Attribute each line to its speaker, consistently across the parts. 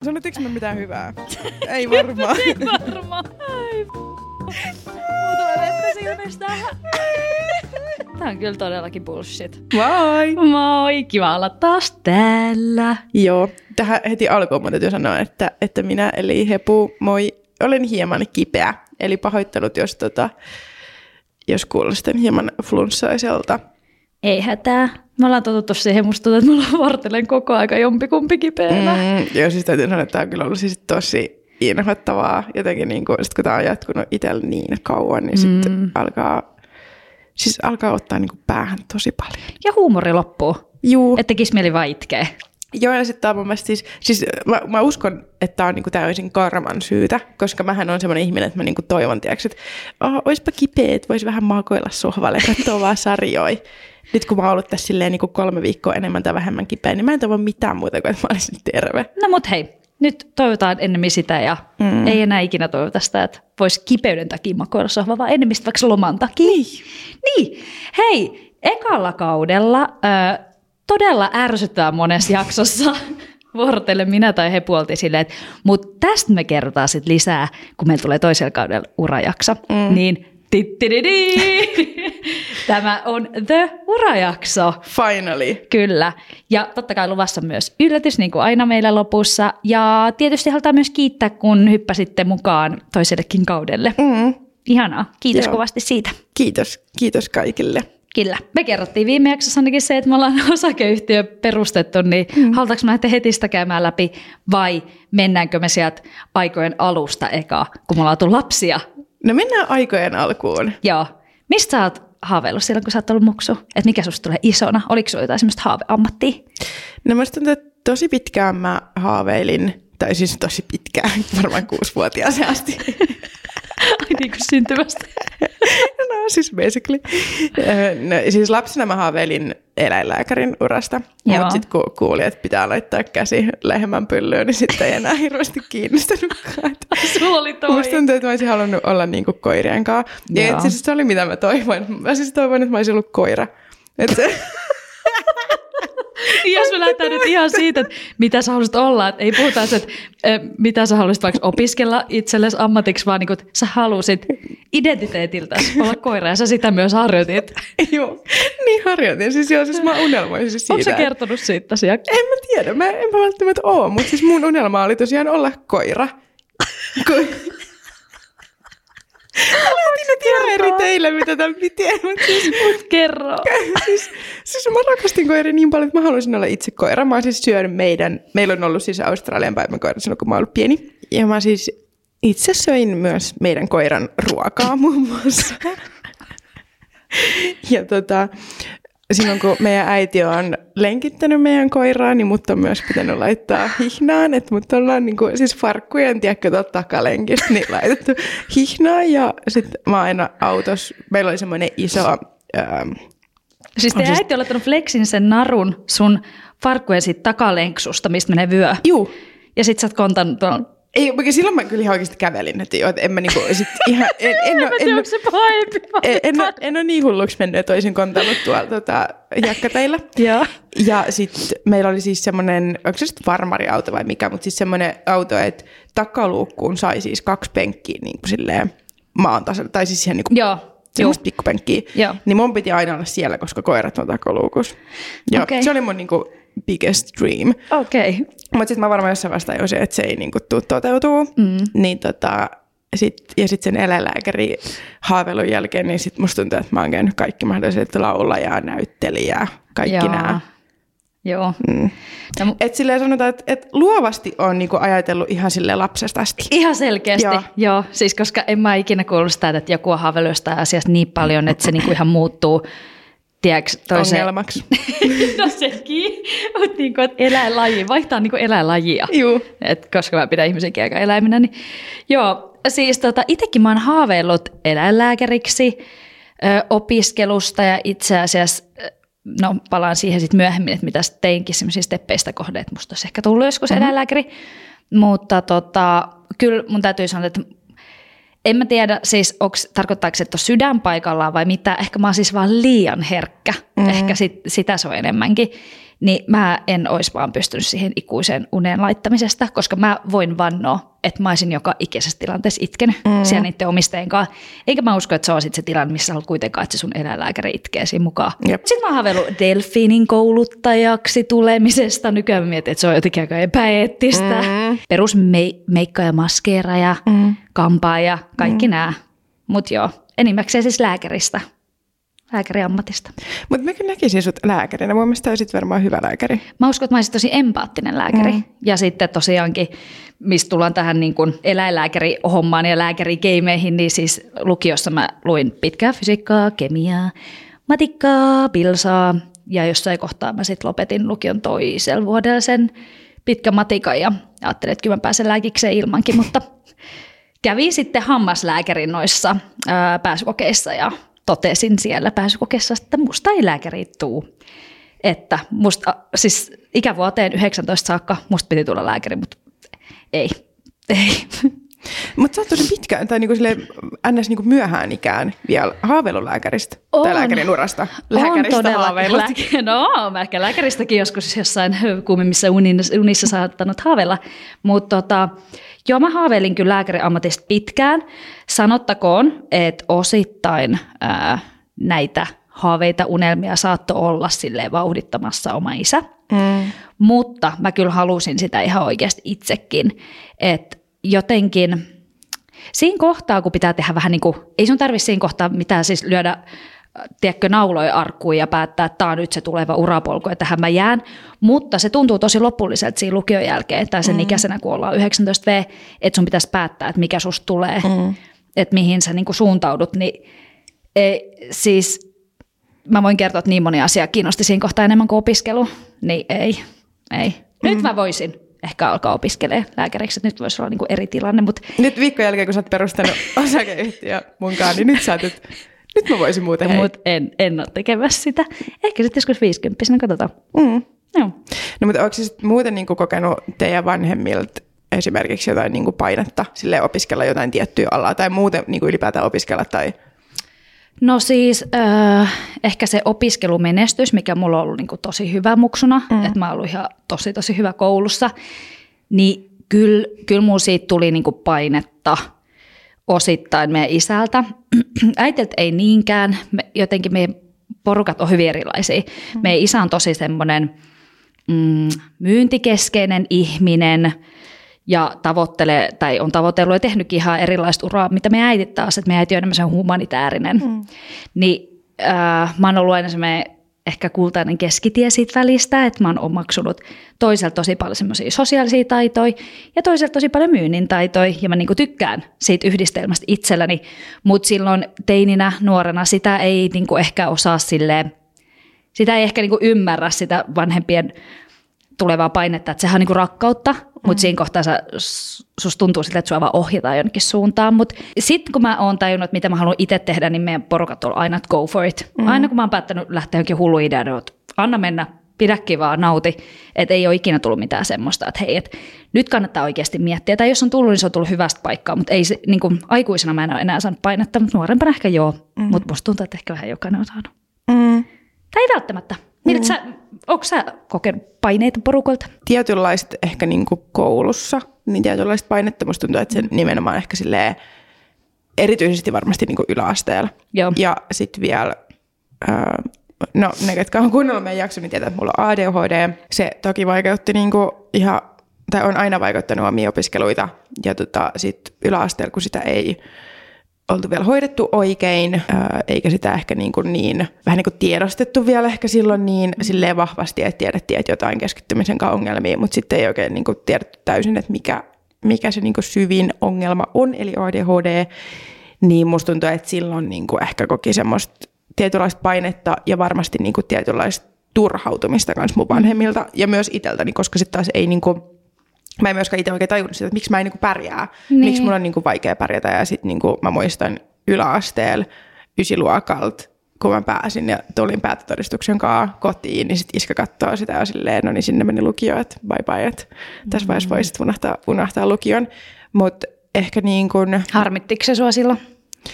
Speaker 1: Sanottiinko me mitään hyvää? Ei varmaan.
Speaker 2: Ei varmaan. Ai Muutama vettä silmistä. Tää on kyllä todellakin bullshit.
Speaker 1: Moi!
Speaker 2: Moi, kiva olla taas täällä.
Speaker 1: Joo, tähän heti alkuun mun täytyy sanoa, että minä eli Hepu, moi, olen hieman kipeä. Eli pahoittelut, jos kuulostan hieman flunssaiselta.
Speaker 2: Ei hätää. Me ollaan totuttu siihen, musta tuntuu, että me ollaan vartelen koko aika jompikumpi kipeänä.
Speaker 1: Joo, siis täytyy sanoa, että tämä on kyllä ollut siis tosi inhottavaa. Jotenkin niin kuin, sit kun tämä on jatkunut itsellä niin kauan, niin sitten alkaa ottaa niin kuin päähän tosi paljon.
Speaker 2: Ja huumori loppuu.
Speaker 1: Juu.
Speaker 2: Et tekisi mieli vaan itkeä.
Speaker 1: Joo, ja sitten tämä on mun mielestä siis mä uskon, että tämä on niinku täysin karman syytä, koska mähän on semmoinen ihminen, että mä niinku toivon, tiiäks, että oispa kipeä, että vois vähän makoilla sohvalle ja katsoa vaan sarjoi. Nyt kun mä oon ollut tässä silleen niinku 3 viikkoa enemmän tai vähemmän kipeä, niin mä en toivo mitään muuta kuin, että mä olisin terve.
Speaker 2: No mut hei, nyt toivotaan ennemmin sitä ja ei enää ikinä toivota sitä, että vois kipeyden takia makoilla sohvalla, vaan enemmän vaikka loman takia. Niin. Hei, ekalla kaudella todella ärsyttää monessa jaksossa vuorotellen minä tai Hepu oltiin silleen, että mutta tästä me kerrotaan sitten lisää, kun meillä tulee toisella kaudella urajakso. Niin tämä on The Urajakso.
Speaker 1: Finally.
Speaker 2: Kyllä. Ja totta kai luvassa myös yllätys, niin kuin aina meillä lopussa. Ja tietysti halutaan myös kiittää, kun hyppäsitte mukaan toisellekin kaudelle. Ihanaa. Kiitos kovasti siitä.
Speaker 1: Kiitos kaikille.
Speaker 2: Kyllä. Me kerrottiin viime jaksossa ainakin se, että me ollaan osakeyhtiö perustettu, niin halutaanko me lähteä heti sitä käymään läpi vai mennäänkö me sieltä aikojen alusta eka, kun me ollaan tullut lapsia?
Speaker 1: No mennään aikojen alkuun.
Speaker 2: Joo. Mistä sä oot haaveillut silloin, kun sä oot ollut muksu? Että mikä susta tulee isona? Oliko sulla jotain semmoista haaveammattia?
Speaker 1: No musta tuntuu, että tosi pitkään mä haaveilin, tai siis tosi pitkään, varmaan 6-vuotiaaseen asti.
Speaker 2: Ai niin kuin syntymästä.
Speaker 1: No siis basically. No, siis lapsena mä haaveilin eläinlääkärin urasta, mutta sitten kun kuulin, että pitää laittaa käsi lehmän pyllyyn, niin sitten ei enää hirveästi kiinnostanutkaan.
Speaker 2: Sulla oli toi.
Speaker 1: Musta tuntuu, että mä olisin halunnut olla niinku koirien kanssa. Ja itse asiassa se oli mitä mä toivoin. Mä siis toivoin, että mä olisin ollut koira.
Speaker 2: Jos me lähdetään nyt ihan siitä, että mitä sä haluaisit olla, että ei puhuta se, että mitä sä haluaisit vaikka opiskella itsellesi ammatiksi, vaan niin kuin, että sä halusit identiteetiltäsi olla koira ja sä sitä myös harjoitit.
Speaker 1: Joo, niin harjoitin. Siis mä unelmoisin siitä.
Speaker 2: Onko sä kertonut siitä tosiaan?
Speaker 1: En mä tiedä, en mä välttämättä ole, mutta siis mun unelma oli tosiaan olla koira. Mä tiedän eri teille, mitä tämän piti, mutta siis...
Speaker 2: Mut kerro.
Speaker 1: Siis mä rakastin koiria niin paljon, että mä haluaisin olla itse koira. Mä oon siis syönyt meillä on ollut siis Australian päivänkoira silloin, kun mä oon ollut pieni. Ja mä siis itse söin myös meidän koiran ruokaa muun muassa. Ja silloin kun meidän äiti on lenkittänyt meidän koiraa, niin mut on myös pitänyt laittaa hihnaan. Että mut ollaan niinku, siis farkkujen, tiedätkö, takalenkistä, niin laitettu hihnaan. Ja sitten mä aina autossa, meillä oli semmoinen iso...
Speaker 2: Siis te äiti on laittanut flexin sen narun sun farkkujen siitä takalenksusta, mistä menee vyö.
Speaker 1: Juu.
Speaker 2: Ja sit sä oot kontannut tuon...
Speaker 1: Ei, mutta silloin mä kyllä ihan oikeasti kävelin, että en mä niinku sit ihan... En ole niin hulluksi mennyt, että olisin kontannut tuolla hiekkateillä. Ja sitten meillä oli siis semmoinen, onko se sitten farmariauto vai mikä, mutta siis semmoinen auto, että takaluukkuun sai siis 2 penkkiä niin kuin silleen maan tasalla, tai siis siihen niin kuin semmoista pikkupenkkiä. Niin mun piti aina olla siellä, koska koirat on takaluukussa. Ja se oli mun niinku biggest dream.
Speaker 2: Okei.
Speaker 1: Mutta sitten mä varmaan jossain vasta tajusin, että se ei niinku tuu toteutuu. Niin sitten sen eläinlääkäri haaveilun jälkeen, niin sitten musta tuntuu, että mä oon käynyt kaikki mahdolliset laulajaa, näyttelijää, kaikki nämä.
Speaker 2: Joo.
Speaker 1: Että silleen sanotaan, että luovasti on niinku ajatellut ihan silleen lapsesta asti.
Speaker 2: Ihan selkeästi, joo. Siis koska en mä ikinä kuullut sitä, että joku on haaveillut jostain asiasta niin paljon, että se niinku ihan muuttuu.
Speaker 1: Ongelmaksi.
Speaker 2: No sekin, mutta niinku, eläinlaji, vaihtaa niinku eläinlajia.
Speaker 1: Juu.
Speaker 2: Koska mä pidän ihmisiäkin aika eläiminä. Niin. Joo, siis itsekin mä oon haaveillut eläinlääkäriksi opiskelusta ja itse asiassa, no palaan siihen sitten myöhemmin, että mitä teinkin semmoisia steppeistä kohde, että musta olisi ehkä tullut joskus eläinlääkäri. Mutta kyllä mun täytyy sanoa, että en mä tiedä, siis tarkoittaako se, että on sydän paikallaan vai mitä. Ehkä mä oon siis vaan liian herkkä. Ehkä sitä se on enemmänkin. niin mä en olisi vaan pystynyt siihen ikuiseen uneen laittamisesta, koska mä voin vannoa, että mä olisin joka ikisessä tilanteessa itkenyt siellä niiden omistajien kanssa. Eikä mä usko, että se on sit se tilanne, missä haluat kuitenkaan, että se sun eläinlääkäri itkee siinä mukaan. Sitten mä oon haaveillut delfiinin kouluttajaksi tulemisesta. Nykyään mä mietin, että se on jotenkin aika epäeettistä. Perusmeikka ja maskeera ja kampaa ja kaikki nämä. Mutta joo, enimmäkseen siis lääkäriammatista.
Speaker 1: Mutta mä kyllä näkisin sut lääkärinä. Mun mielestä olisit varmaan hyvä lääkäri.
Speaker 2: Mä uskon, että mä olisin tosi empaattinen lääkäri. Ja sitten tosiaankin, mistä tullaan tähän niin kuin eläinlääkärihommaan ja lääkärikeimeihin, niin siis lukiossa mä luin pitkää fysiikkaa, kemiaa, matikkaa, pilsaa. Ja jossain kohtaa mä sitten lopetin lukion toisella vuodella sen pitkän matikan ja ajattelin, että kyllä mä pääsen lääkikseen ilmankin, mutta kävin sitten hammaslääkärin noissa pääsykokeissa ja totesin siellä pääsykokeessa, että musta ei lääkäri tuu. Että musta, siis ikävuoteen 19 saakka musta piti tulla lääkäri, mutta ei.
Speaker 1: Mutta sä oot tosi pitkään, tai niinku ns. Niinku myöhään ikään vielä haaveillut lääkäristä, tai lääkärin urasta. Lääkäristä haaveilut.
Speaker 2: No, mä ehkä lääkäristäkin joskus jossain kuumimmissa unissa saattanut haaveilla, mutta joo, mä haaveilin kyllä lääkäriammatista pitkään. Sanottakoon, että osittain näitä haaveita, unelmia saattoi olla silleen vauhdittamassa oma isä. Mutta mä kyllä halusin sitä ihan oikeasti itsekin. Että jotenkin siinä kohtaa, kun pitää tehdä vähän niin kuin, ei sun tarvitse siinä kohtaa mitään siis lyödä, tiedätkö, nauloja arkkuun ja päättää, että tämä on nyt se tuleva urapolku, että tähän mä jään. Mutta se tuntuu tosi lopulliselta siinä lukion jälkeen, tai sen ikäisenä, kun ollaan 19V, että sun pitäisi päättää, että mikä susta tulee, että mihin sä niin kuin suuntaudut. Niin, siis mä voin kertoa, että niin moni asia kiinnosti siinä kohtaa enemmän kuin opiskelu, niin ei. Nyt mä voisin ehkä alkaa opiskelemaan lääkäriksi, että nyt voisi olla niin kuin eri tilanne. Mutta nyt
Speaker 1: viikon jälkeen, kun sä oot perustanut osakeyhtiö munkaan, niin nyt sä oot, nyt mä voisin muuten
Speaker 2: Mutta en ole tekemässä sitä. Ehkä sitten joskus 50, katsotaan. Joo.
Speaker 1: No mutta onko siis muuten niin kuin kokenut teidän vanhemmilta esimerkiksi jotain niin kuin painetta silleen opiskella jotain tiettyä alaa tai muuten niin kuin ylipäätään opiskella tai...
Speaker 2: No siis ehkä se opiskelumenestys, mikä mulla on ollut niin kuin tosi hyvä muksuna, että mä oon ollut ihan tosi hyvä koulussa, niin kyllä mulla siitä tuli niin kuin painetta osittain meidän isältä. Äitiltä ei niinkään, jotenkin meidän porukat on hyvin erilaisia. Meidän isä on tosi semmoinen myyntikeskeinen ihminen, ja on tavoitellut ja tehnytkin ihan erilaista uraa, mitä meidän äiti taas, että meidän äiti on enemmän se humanitaarinen. Niin mä oon ollut aina semmoinen ehkä kultainen keskitie siitä välistä, että mä oon omaksunut toiselta tosi paljon semmoisia sosiaalisia taitoja ja toiselta tosi paljon myynnin taitoja, ja mä niinku tykkään siitä yhdistelmästä itselläni, mutta silloin teininä, nuorena sitä ei niinku ehkä osaa silleen, sitä ei ehkä niinku ymmärrä sitä vanhempien tulevaa painetta, että sehän on niinku rakkautta, mutta siinä kohtaa susta tuntuu siltä, että sua vaan ohjataan jonnekin suuntaan. Mutta sitten kun mä oon tajunnut, että mitä mä haluan itse tehdä, niin meidän porukat on aina go for it. Aina kun mä oon päättänyt lähteä johonkin hullu ideaan, että anna mennä, pidäkin vaan, nauti. Että ei ole ikinä tullut mitään semmoista, että hei, että nyt kannattaa oikeasti miettiä. Tai jos on tullut, niin se on tullut hyvästä paikkaa, mutta ei se, niin kuin aikuisena mä en ole enää saanut painetta, mutta nuorempana ehkä joo. Mutta musta tuntuu, että ehkä vähän jokainen on saanut. Tai ei välttämättä. Onko sä kokenut paineita porukolta?
Speaker 1: Tietynlaista ehkä niin kuin koulussa, niin tietynlaista painetta. Musta tuntuu, että se nimenomaan ehkä silleen, erityisesti varmasti niin kuin yläasteella.
Speaker 2: Joo.
Speaker 1: Ja sitten vielä, no ne, ketkä on kuunnellut meidän jakson, niin tietää, että mulla on ADHD. Se toki vaikeutti niin kuin ihan, tai on aina vaikuttanut omia opiskeluita. Ja sitten yläasteella, kun sitä ei oltu vielä hoidettu oikein, eikä sitä ehkä vähän niin kuin tiedostettu vielä ehkä silloin niin silleen vahvasti, että tiedettiin, että jotain keskittymisen kanssa ongelmia, mutta sitten ei oikein niin kuin tiedetty täysin, että mikä se niin kuin syvin ongelma on, eli ADHD, niin musta tuntuu, että silloin niin kuin ehkä koki semmoista tietynlaista painetta ja varmasti niin kuin tietynlaista turhautumista kanssa mun vanhemmilta ja myös itseltäni, koska sitten taas ei niin kuin, mä en myöskään itse oikein tajunnut sitä, että miksi mä en niin kuin pärjää, miksi mulla on niin kuin vaikea pärjätä. Ja sitten niin kuin mä muistan yläasteella 9-luokalta, kun mä pääsin ja tulin päättötodistuksen kanssa kotiin, niin sitten iskä katsoo sitä ja silleen, no niin sinne meni lukio, että bye, että tässä vaiheessa voisit unohtaa lukion. Mutta ehkä niin kuin...
Speaker 2: Harmittiko se sua silloin?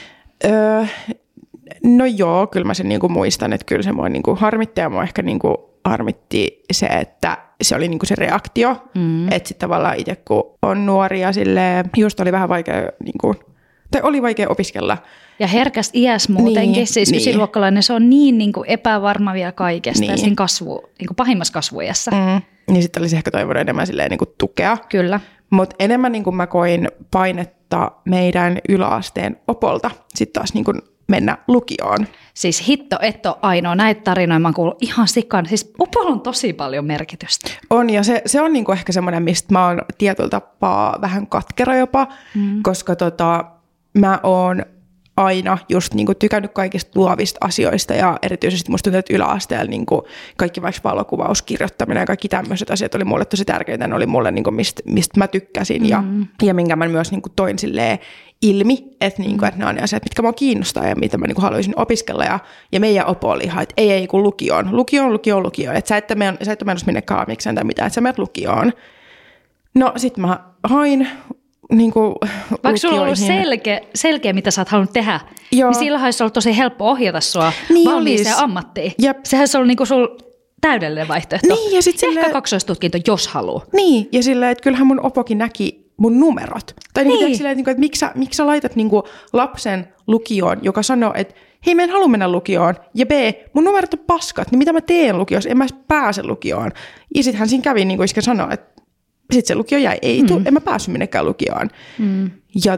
Speaker 1: No joo, kyllä mä sen niin kuin muistan, että kyllä se mua niin kuin harmitti ja mua ehkä niin kuin harmitti se, että se oli niinku se reaktio. Että sitten tavallaan itse kun on nuori ja silleen, just oli vähän vaikea, niinku, tai oli vaikea opiskella.
Speaker 2: Ja herkäs iäs muutenkin, niin, siis ysiluokkalainen, se on niin kuin epävarma vielä kaikesta ja siinä niin pahimmassa kasvuiässä.
Speaker 1: Niin sitten olisi ehkä toivonut enemmän silleen, niin kuin tukea.
Speaker 2: Kyllä.
Speaker 1: Mutta enemmän niin kuin mä koin painetta meidän yläasteen opolta sitten taas niin kuin mennä lukioon.
Speaker 2: Siis hitto, et ole ainoa. Näitä tarinoja mä oon kuullut ihan sikan. Siis opolla on tosi paljon merkitystä.
Speaker 1: On, ja se on niin kuin ehkä semmoinen, mistä mä oon tietyllä tapaa vähän katkera jopa, koska mä oon aina just niin kuin tykännyt kaikista luovista asioista ja erityisesti musta tuntuu, että yläasteella niin kuin kaikki vaikka valokuvauskirjoittaminen ja kaikki tämmöiset asiat oli mulle tosi tärkeitä. Ne oli mulle niin kuin mistä mä tykkäsin ja minkä mä myös niin kuin toin silleen ilmi, että, niin kuin, että ne on ne asiat, mitkä mua kiinnostaa ja mitä mä niin kuin haluaisin opiskella. Ja meidän opo oli ihan, että ei kun lukioon. Että sä et menossa minnekään mikseen tai mitään, että sä menet lukioon. No sit mä hain niin kuin
Speaker 2: vaikka sulla on ollut selkeä, mitä sä oot halunnut tehdä, niin silloin olisi ollut tosi helppo ohjata sua valmiiseen ammattiin. Sehän olisi ollut niin kuin sulla täydellinen vaihtoehto.
Speaker 1: Niin, ja sit
Speaker 2: ehkä kaksoistutkinto, jos haluaa.
Speaker 1: Niin, ja silleen, että kyllähän mun opokin näki mun numerot. Tai niin. Silleen, että miksi sä laitat niin kuin lapsen lukioon, joka sanoo, että hei, mä en halua mennä lukioon, ja B, mun numerot on paskat, niin mitä mä teen lukiossa, en mä pääse lukioon. Ja sit hän siinä kävi, niin kuin iskä sanoi, että sitten se lukio jäi, en mä päässyt minnekään lukioon. Ja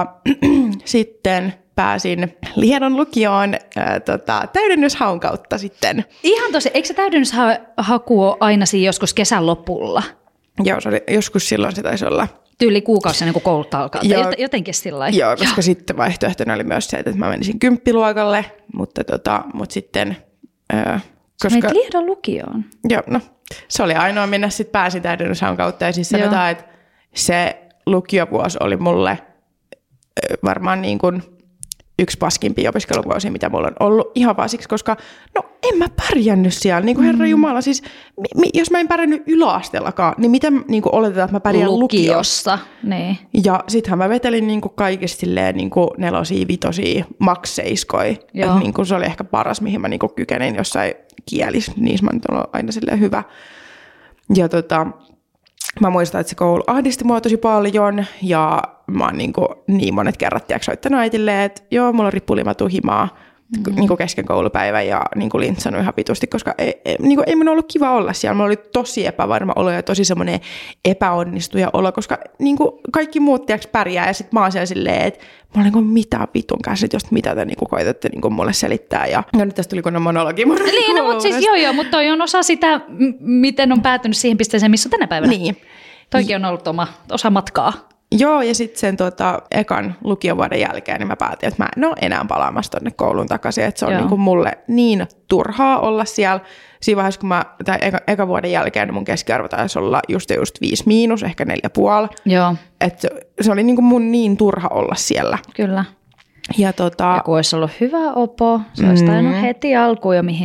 Speaker 1: sitten pääsin Liedon lukioon täydennyshaun kautta sitten.
Speaker 2: Ihan tosi, eikö se täydennyshaku ole aina siinä joskus kesän lopulla?
Speaker 1: Joo, se oli, joskus silloin se taisi olla.
Speaker 2: Tyyli kuukausi ennen kuin koulut alkaa, jotenkin sillä lailla.
Speaker 1: Joo, koska sitten vaihtoehtona oli myös se, että mä menisin kymppiluokalle, mutta sitten
Speaker 2: koska menit Liedon lukioon?
Speaker 1: Joo, no se oli ainoa, minne sitten pääsin täydennyshaun kautta. Ja siis sanotaan, että se lukiovuosi oli mulle varmaan niin kuin yksi paskimpia opiskeluvuosia, mitä mulla on ollut. Ihan vaan siksi, koska no en mä pärjännyt siellä. Niin kuin Herra Jumala, siis jos mä en pärjännyt yläasteellakaan, niin miten niin kuin oletetaan, että mä pärjään lukiossa?
Speaker 2: Niin.
Speaker 1: Ja sittenhän mä vetelin niin kuin kaikista silleen niin kuin 4, 5, maks 7. Niin kuin se oli ehkä paras, mihin mä niin kuin kykenin jossain kielissä. Niissä mä nyt olen aina silleen hyvä. Ja mä muistan, että se koulu ahdisti mua tosi paljon ja mä oon niin monet kerrat soittanut äitille, että joo, mulla on ripuli, mä tuun himaa kesken koulupäivän ja lintsannut ihan vitusti, koska ei minun ollut kiva olla siellä. Mulla oli tosi epävarma olo ja tosi semmoinen epäonnistuja olo, koska kaikki muut pärjää ja sit mä oon siellä silleen, että mä olen mitä vitun käsit, jos mitä te koitatte mulle selittää. Ja no nyt tästä tuli kunnon monologi.
Speaker 2: Niin, no, mutta siis joo, mutta toi on osa sitä, miten on päätynyt siihen pisteeseen, missä on tänä päivänä.
Speaker 1: Niin.
Speaker 2: Toikin on ollut osa matkaa.
Speaker 1: Joo, ja sitten sen ekan lukiovuoden jälkeen niin mä päätin, että mä en ole enää palaamassa tonne kouluun takaisin. Että se on mulle niin turhaa olla siellä. Siinä vaiheessa, kun ekan vuoden jälkeen niin mun keskiarvo taisi olla just 5-, ehkä 4,5.
Speaker 2: Joo.
Speaker 1: Että se oli mun niin turha olla siellä.
Speaker 2: Kyllä.
Speaker 1: Ja
Speaker 2: kun olisi ollut hyvä opo, se olisi tainnut heti alkuun jo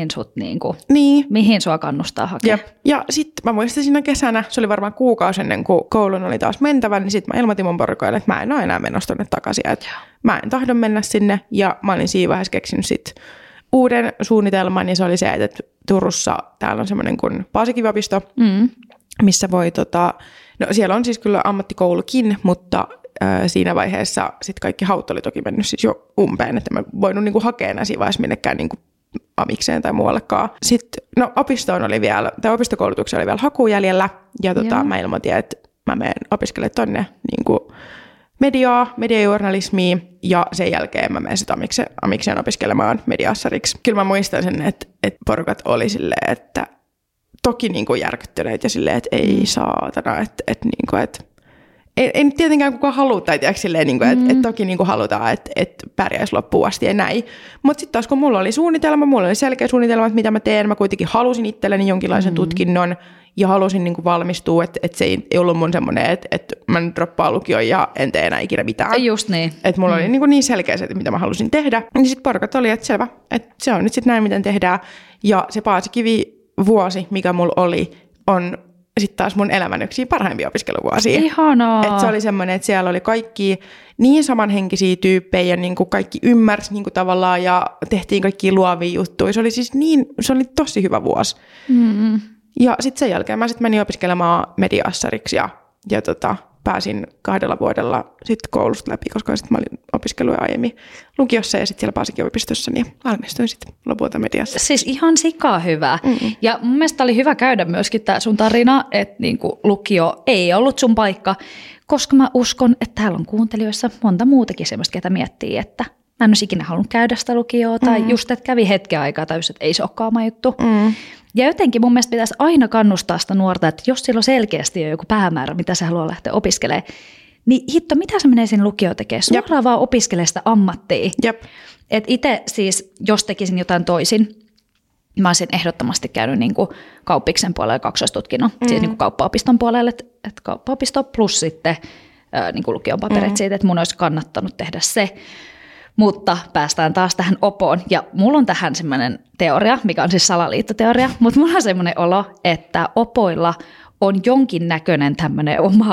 Speaker 2: mihin sua kannustaa hakea.
Speaker 1: Jep. Ja sitten mä muistan siinä kesänä, se oli varmaan kuukausi ennen kuin koulun oli taas mentävä, niin sitten mä ilmoitin mun porukoille, että mä en ole enää menossa tonne takaisin. Että mä en tahdo mennä sinne ja mä olin siinä vaiheessa keksinyt sitten uuden suunnitelman ja se oli se, että Turussa täällä on semmoinen kuin Paasikivi-opisto, missä voi, no siellä on siis kyllä ammattikoulukin, mutta siinä vaiheessa sitten kaikki haut oli toki mennyt siis jo umpeen, että mä voinut hakea enää siinä vaiheessa minnekään amikseen tai muuallekaan. Sitten opistokoulutuksella oli vielä haku jäljellä ja mä ilmoitin, että mä menen opiskelemaan tonne mediajournalismia ja sen jälkeen mä menen sitten amikseen opiskelemaan mediaassariksi. Kyllä mä muistan sen, että porukat oli silleen, että toki järkyttyneet ja silleen, että ei saatana, että ei nyt tietenkään kukaan halua, tai että toki halutaan, että pärjäisi loppuun asti ja näin. Mutta sitten taas kun mulla oli selkeä suunnitelma, että mitä mä teen, mä kuitenkin halusin itselleni jonkinlaisen tutkinnon ja halusin valmistua, että se ei ollut mun semmoinen, että mä nyt droppaan lukion ja en tee enää ikinä mitään.
Speaker 2: Just niin.
Speaker 1: Että mulla oli niin selkeä se, mitä mä halusin tehdä. Niin sitten porukat oli, että selvä, että se on nyt sitten näin, miten tehdään. Ja se Paasikivi-vuosi, mikä mulla oli, on sitten taas mun elämän yksi parhaimpia opiskeluvuosia.
Speaker 2: Ihanaa.
Speaker 1: Et se oli semmoinen, että siellä oli kaikki niin samanhenkisiä tyyppejä ja niin kuin kaikki ymmärsi niin kuin tavallaan ja tehtiin kaikki luovia juttuja. Se oli siis se oli tosi hyvä vuosi. Mm-hmm. Ja sitten sen jälkeen mä sitten menin opiskelemaan media-assariksi ja pääsin 2 vuodella sitten koulusta läpi, koska sitten mä olin opiskellut aiemmin lukiossa ja sitten siellä Paasikivi-yliopistossa, niin valmistuin sitten lopulta mediassa.
Speaker 2: Siis ihan sikaa hyvä. Mm-mm. Ja mun mielestä oli hyvä käydä myöskin tämä sun tarina, että niinku lukio ei ollut sun paikka, koska mä uskon, että täällä on kuuntelijoissa monta muutakin semmoista, ketä miettii, että mä en olisi ikinä halunnut käydä sitä lukioa tai just, että kävi hetken aikaa tai just, että ei se olekaan oma juttu. Ja jotenkin mun mielestä pitäisi aina kannustaa sitä nuorta, että jos sillä on selkeästi jo joku päämäärä, mitä se haluaa lähteä opiskelemaan, niin hitto, mitä se menee sinne lukioon tekemään? Suoraan vaan opiskelee sitä ammattia. Että itse siis, jos tekisin jotain toisin, mä olisin ehdottomasti käynyt niin kuin kauppiksen puolelle kaksoistutkinnon, siis niin kuin kauppaopiston puolelle, että kauppaopisto plus sitten niin kuin lukion paperit siitä, että mun olisi kannattanut tehdä se. Mutta päästään taas tähän opoon. Ja mulla on tähän semmoinen teoria, mikä on siis salaliittoteoria, mutta mulla on semmoinen olo, että opoilla on jonkinnäköinen tämmöinen oma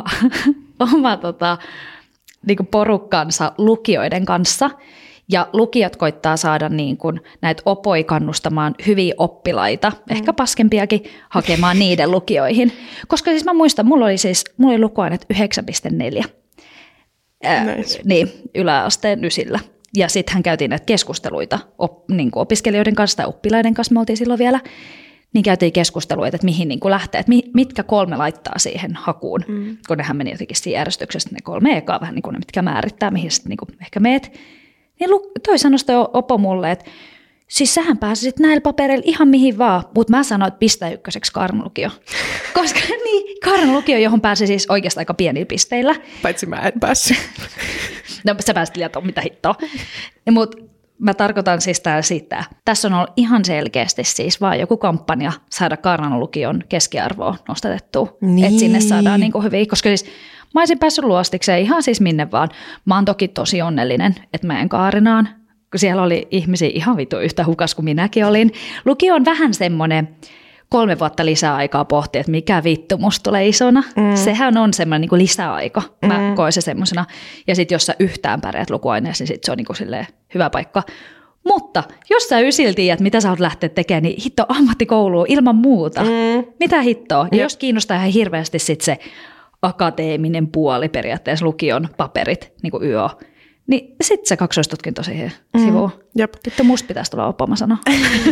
Speaker 2: niin kuin porukkansa lukioiden kanssa. Ja lukiot koittaa saada niin kuin näitä opoi kannustamaan hyviä oppilaita, ehkä paskempiakin, hakemaan niiden lukioihin. Koska siis mä muistan, mulla oli lukuaineet 9,4.
Speaker 1: Nice.
Speaker 2: Niin, yläasteen ysillä. Ja sittenhän käytiin näitä keskusteluita niin kuin opiskelijoiden kanssa tai oppilaiden kanssa, me oltiin silloin vielä, niin käytiin keskusteluita, että mihin niin kuin lähtee, että mitkä 3 laittaa siihen hakuun, kun nehän meni jotenkin siinä järjestyksessä, ne 3 ekaa vähän niin kuin ne, mitkä määrittää, mihin sitten niin kuin ehkä meet. Niin toi sanoi sitä opo mulle, että siis sähän pääsisit näillä papereilla ihan mihin vaan, mutta mä sanoin, että pistä ykköseksi Kaarnan lukio. Koska niin, Kaarnan lukio, johon pääsi siis oikeastaan aika pienillä pisteillä.
Speaker 1: Paitsi mä en päässyt.
Speaker 2: No sä pääsit liian mitä hittoa. Mutta mä tarkoitan siis täällä sitä. Tässä on ollut ihan selkeästi siis vaan joku kampanja saada Kaarnan lukion keskiarvoa nostatettua. Niin. Että sinne saadaan niin kuin hyvin, koska siis mä olisin päässyt luostikseen ihan siis minne vaan. Mä oon toki tosi onnellinen, että mä en Kaarinaan. Siellä oli ihmisiä ihan vittu yhtä hukas kuin minäkin olin. Lukio on vähän semmoinen 3 vuotta lisäaikaa pohtia, että mikä vittu musta tulee isona. Sehän on semmoinen niin kuin lisäaika. Mä koen se semmoisena. Ja sitten jos sä yhtään pärjät lukuaineessa, niin sit se on niin kuin silleen hyvä paikka. Mutta jos sä ysilti tiedät, mitä sä oot lähteä tekemään, niin hitto ammattikouluun ilman muuta. Mitä hittoa? Ja jos kiinnostaa ihan hirveästi sit se akateeminen puoli periaatteessa lukion paperit, niin kuin YO, niin sitten se kaksoistutkinto siihen sivuun. Vittu musta pitäisi tulla opo, mä sanon.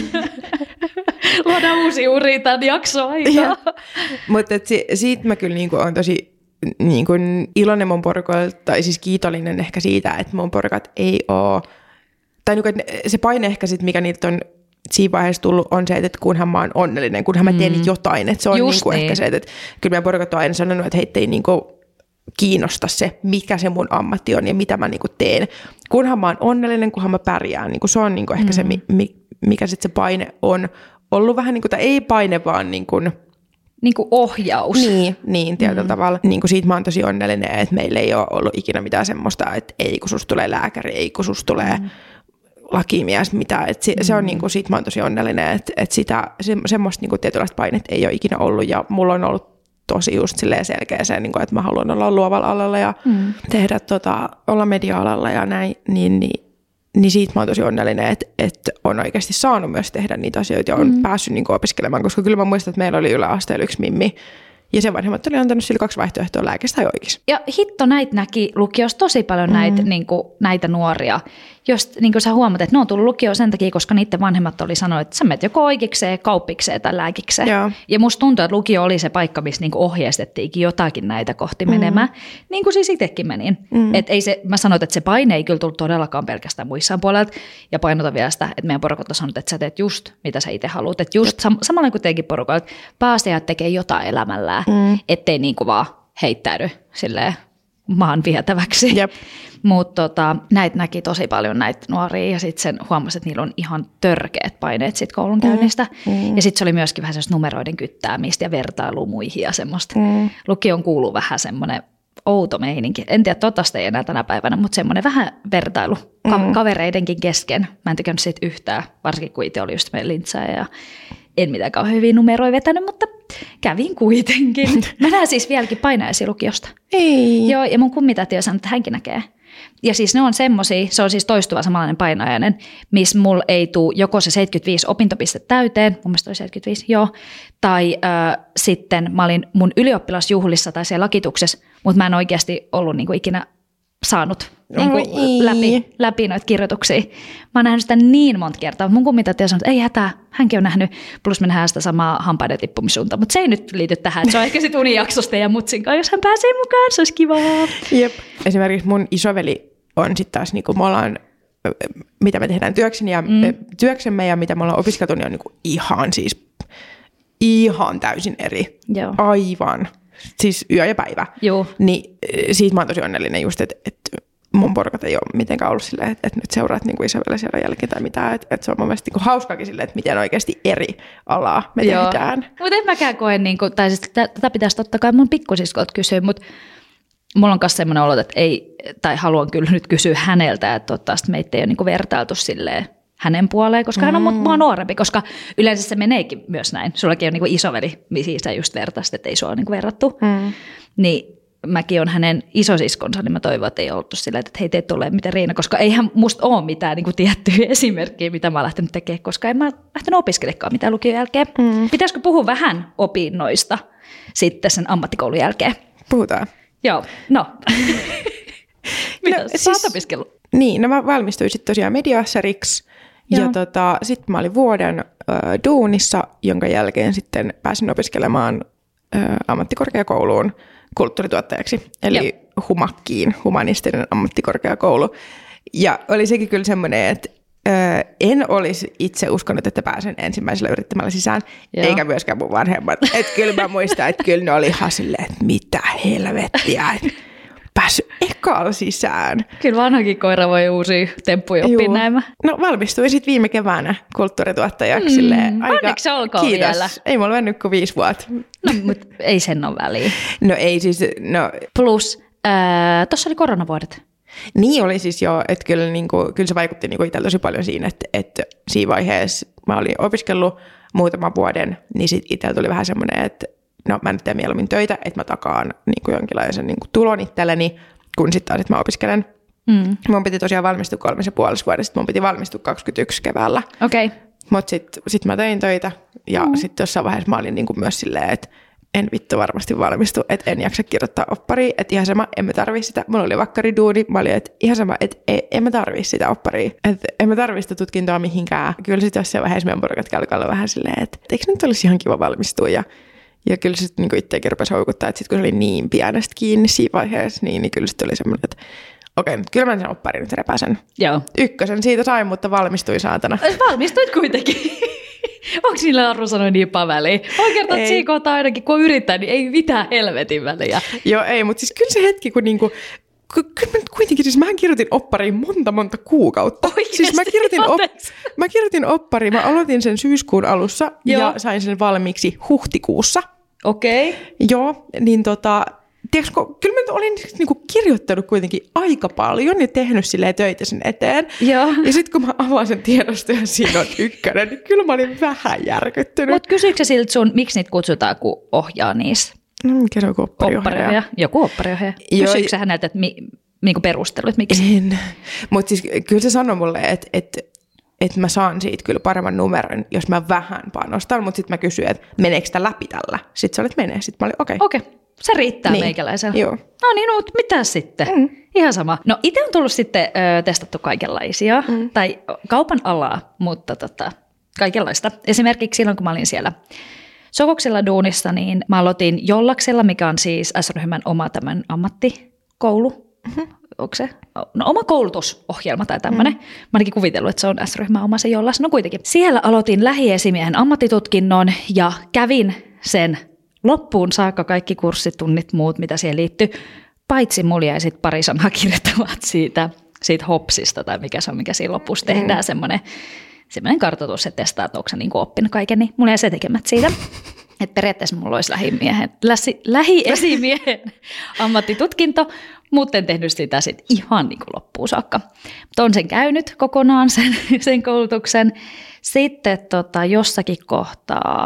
Speaker 2: Luodaan uusi uri tämän jakson aikaa.
Speaker 1: Mutta siitä mä kyllä niinku olen tosi niinku iloinen mun porukoilta, tai siis kiitollinen ehkä siitä, että mun porukat ei ole, tai niinku, se paine ehkä sit, mikä niiltä on siinä vaiheessa tullut, on se, että kunhan mä oon onnellinen, kunhan mä teen jotain. Että se on niinku niin. Ehkä se, että kyllä meidän porukat on aina sanonut, että heitä ei niinku kiinnosta se, mikä se mun ammatti on ja mitä mä niinku teen. Kunhan mä oon onnellinen, kunhan mä pärjään. Niinku se on niinku ehkä se, mikä sitten se paine on ollut vähän, niinku, tai ei paine, vaan niinku
Speaker 2: ohjaus.
Speaker 1: Niin tietyllä tavalla. Niinku siitä mä oon tosi onnellinen, että meillä ei ole ollut ikinä mitään semmoista, että ei kun susta tulee lääkäri, ei kun susta tulee lakimies, mitä. Se on niinku, siitä mä oon tosi onnellinen, että semmoista niinku tietynlaista painetta ei ole ikinä ollut ja mulla on ollut tosi just selkeä se, että mä haluan olla luovalla alalla ja tehdä olla media-alalla ja näin, niin siitä mä oon tosi onnellinen, että on oikeasti saanut myös tehdä niitä asioita ja on päässyt niin kuin opiskelemaan, koska kyllä mä muistan, että meillä oli yläasteella yksi mimmi ja sen vanhemmat oli antanut sille 2 vaihtoehtoa, lääkistä tai oikeis.
Speaker 2: Ja hitto, näitä näki lukiossa tosi paljon näitä nuoria, jos niin sä huomaat, että ne on tullut lukioon sen takia, koska niiden vanhemmat oli sanonut, että sä menet joko oikeikseen, kauppikseen tai lääkikseen. Ja musta tuntuu, että lukio oli se paikka, missä niin ohjeistettiinkin jotakin näitä kohti menemään, niin kuin siis itsekin menin. Mä sanoin, että se paine ei kyllä tullut todellakaan pelkästään muissaan puolelta, ja painotan vielä sitä, että meidän porukat on sanonut, että sä teet just mitä sä itse haluat, että just samalla kuin teikin porukat, pääsijät tekee jotain elämällään, ettei niin kuin vaan heittäydy silleen maan vietäväksi. Mutta näitä näki tosi paljon näitä nuoria ja sitten sen huomasi, että niillä on ihan törkeät paineet sit koulunkäynnistä. Ja sitten se oli myöskin vähän semmoista numeroiden kyttäämistä ja vertailua muihin ja semmoista. Lukioon kuuluu vähän semmoinen outo meininki. En tiedä, toivottavasti ei enää tänä päivänä, mutta semmoinen vähän vertailu kavereidenkin kesken. Mä en tykännyt siitä yhtään, varsinkin kun itse oli just meidän lintsääjä ja en mitään kauhean hyviä numeroja vetänyt, mutta kävin kuitenkin. Mä näen siis vieläkin painajaisia-lukiosta.
Speaker 1: Ei.
Speaker 2: Joo, ja mun kummitäti on sanonut, että hänkin näkee. Ja siis ne on semmosia, se on siis toistuva samanlainen painajainen, missä mulla ei tule joko se 75 opintopistettä täyteen, mun mielestä oli 75, joo, tai sitten mä olin mun ylioppilasjuhlissa tai siellä lakituksessa, mutta mä en oikeasti ollut niinku ikinä saanut läpi noita kirjoituksia. Mä oon nähnyt sitä niin monta kertaa, mutta mun kummitäti on sanonut, että ei hätää, hänkin on nähnyt, plus me nähdään sitä samaa hampaiden tippumissuuntaa, mutta se ei nyt liity tähän, että se on ehkä sit unijaksosta ja mutsin kanssa, jos hän pääsee mukaan, se olisi kivaa.
Speaker 1: Jep. Esimerkiksi mun isoveli on sitten taas, niinku, me ollaan, mitä me tehdään työksemme ja mitä me ollaan opiskeltu, niin on niinku ihan täysin eri.
Speaker 2: Joo.
Speaker 1: Aivan. Siis yö ja päivä.
Speaker 2: Joo.
Speaker 1: Niin siitä mä oon tosi onnellinen just, että mun porukat ei ole mitenkään ollut silleen, että nyt seuraat niinku isovelle siellä jälkeen tai mitään. Että se on mun mielestä niinku hauskaakin silleen, että miten oikeasti eri alaa me tehdään.
Speaker 2: Mutta en mäkään koe, niinku, tai siis tätä pitäisi totta kai mun pikkusiskolta kysyä, mutta mulla on myös semmoinen olo, että ei, tai haluan kyllä nyt kysyä häneltä, että toivottavasti meitä ei ole niinku vertailtu silleen hänen puoleen, koska hän on mua nuorempi, koska yleensä se meneekin myös näin. Sullakin on niinku isoveli, mihin sä just vertasit, että ei sua niinku verrattu. Niin mäkin on hänen isosiskonsa, niin mä toivon, että ei oltu silleen, että hei, teet ole mitään Riina, koska eihän musta ole mitään niinku tiettyä esimerkkiä, mitä mä oon lähtenyt tekemään, koska en mä lähtenyt opiskelemaan mitään lukion jälkeen. Pitäisikö puhua vähän opinnoista sitten sen ammattikoulun jälkeen?
Speaker 1: Puhutaan.
Speaker 2: Joo, no. Mitä sä oot opiskellut?
Speaker 1: Niin, no mä valmistuin sitten tosiaan mediassariksi. Ja sitten mä olin vuoden duunissa, jonka jälkeen sitten pääsin opiskelemaan ammattikorkeakouluun kulttuurituottajaksi. Eli Humakkiin, humanistinen ammattikorkeakoulu. Ja oli sekin kyllä semmoinen, että en olisi itse uskonut, että pääsen ensimmäisellä yrittämällä sisään, eikä myöskään mun vanhemmat. Että kyllä mä muistan, että kyllä ne oli ihan silleen, että mitä helvettiä, päässyt ekalla sisään.
Speaker 2: Kyllä vanhakin koira voi uusia temppuja oppia näin.
Speaker 1: No valmistuin sitten viime keväänä kulttuurituottajaksi.
Speaker 2: Onneksi olkoon vielä.
Speaker 1: Ei mulla mennyt kuin 5 vuotta.
Speaker 2: No, mutta ei sen ole väliä.
Speaker 1: No ei siis, no.
Speaker 2: Plus, tuossa oli koronavuodet.
Speaker 1: Niin oli siis jo, että kyllä, kyllä se vaikutti itsellä tosi paljon siinä, että siinä vaiheessa mä olin opiskellut muutaman vuoden, niin sitten itsellä tuli vähän semmoinen, että no mä nyt teen mieluummin töitä, että mä takaan jonkinlaisen tulon itselleni, kun sitten taas, että mä opiskelen. Mun piti tosiaan valmistua 3,5 vuodesta, mun piti valmistua 21 keväällä.
Speaker 2: Okei.
Speaker 1: Mutta sit mä tein töitä ja sitten jossain vaiheessa mä olin myös silleen, että en vittu varmasti valmistu, että en jaksa kirjoittaa opparia, että ihan sama, en mä tarvii sitä. Mulla oli vakkariduuni, mä olin, että ihan sama, että en mä tarvii sitä opparia, että en mä tarvii sitä tutkintoa mihinkään. Kyllä sitten jossain vaiheessa meidän porukat kalkalla vähän silleen, että eikö nyt olisi ihan kiva valmistua ja kyllä se sitten itseäkin rupesi houkuttaa, että sitten kun se oli niin pienestä kiinni siinä vaiheessa, niin kyllä sitten oli semmoinen, että okei, kyllä mä sen opparin nyt repäsen.
Speaker 2: Joo.
Speaker 1: 1 siitä sain, mutta valmistuin saatana.
Speaker 2: Valmistuit kuitenkin. Onko niillä arvosanoja niin väliä? Voin kertoa, että siinä kohtaa ainakin, kun yrittää, niin ei mitään helvetin väliä.
Speaker 1: Joo, ei, mutta siis kyllä se hetki, kun kyllä kuitenkin, siis mähän kirjoitin oppariin monta kuukautta.
Speaker 2: Oikeasti?
Speaker 1: Siis mä kirjoitin oppariin, mä aloitin sen syyskuun alussa ja sain sen valmiiksi huhtikuussa.
Speaker 2: Okei.
Speaker 1: Joo, niin tiedätkö, kyllä mä olin kirjoittanut kuitenkin aika paljon ja tehnyt silleen töitä sen eteen.
Speaker 2: Joo.
Speaker 1: Ja sitten kun mä avaan sen tiedoston ja siinä on 1, niin kyllä mä olin vähän järkyttynyt.
Speaker 2: Mutta kysyykö siltä sun, miksi niitä kutsutaan, kun ohjaa niissä?
Speaker 1: No mikä se on, joku oppariohjaaja?
Speaker 2: Joku oppariohjaaja. Kysyykö sä häneltä, että niinku perustelut, miksi?
Speaker 1: En. Mutta siis kyllä se sanoi mulle, että mä saan siitä kyllä paremman numeron, jos mä vähän panostan, mutta sitten mä kysyin, että meneekö sitä läpi tällä? Sitten sä olet menee. Sitten mä olin okei.
Speaker 2: Okei. Se riittää meikäläisellä.
Speaker 1: Joo.
Speaker 2: No niin, mutta mitä sitten? Ihan sama. No itse on tullut sitten testattu kaikenlaisia, tai kaupan alaa, mutta kaikenlaista. Esimerkiksi silloin, kun mä olin siellä Sokoksella duunissa, niin mä aloitin Jollaksella, mikä on siis S-ryhmän oma tämän ammattikoulu. Onko se? No oma koulutusohjelma tai tämmöinen. Mä ainakin kuvitellut, että se on S-ryhmän oma se Jollas. No kuitenkin. Siellä aloitin lähiesimiehen ammattitutkinnon ja kävin sen loppuun saakka kaikki kurssitunnit, muut, mitä siihen liittyy. Paitsi mulla jäi sitten pari sanaa kirjoittavat siitä hopsista tai mikä se on, mikä siinä lopussa tehdään semmoinen kartoitus, että testaa, että onko se niinku oppinut kaiken, niin mulla jäi se tekemät siitä. Että periaatteessa mulla olisi lähiesimiehen ammattitutkinto, mutta en tehnyt sitä sitten ihan niinku loppuun saakka. Mutta on sen käynyt kokonaan sen koulutuksen. Sitten jossakin kohtaa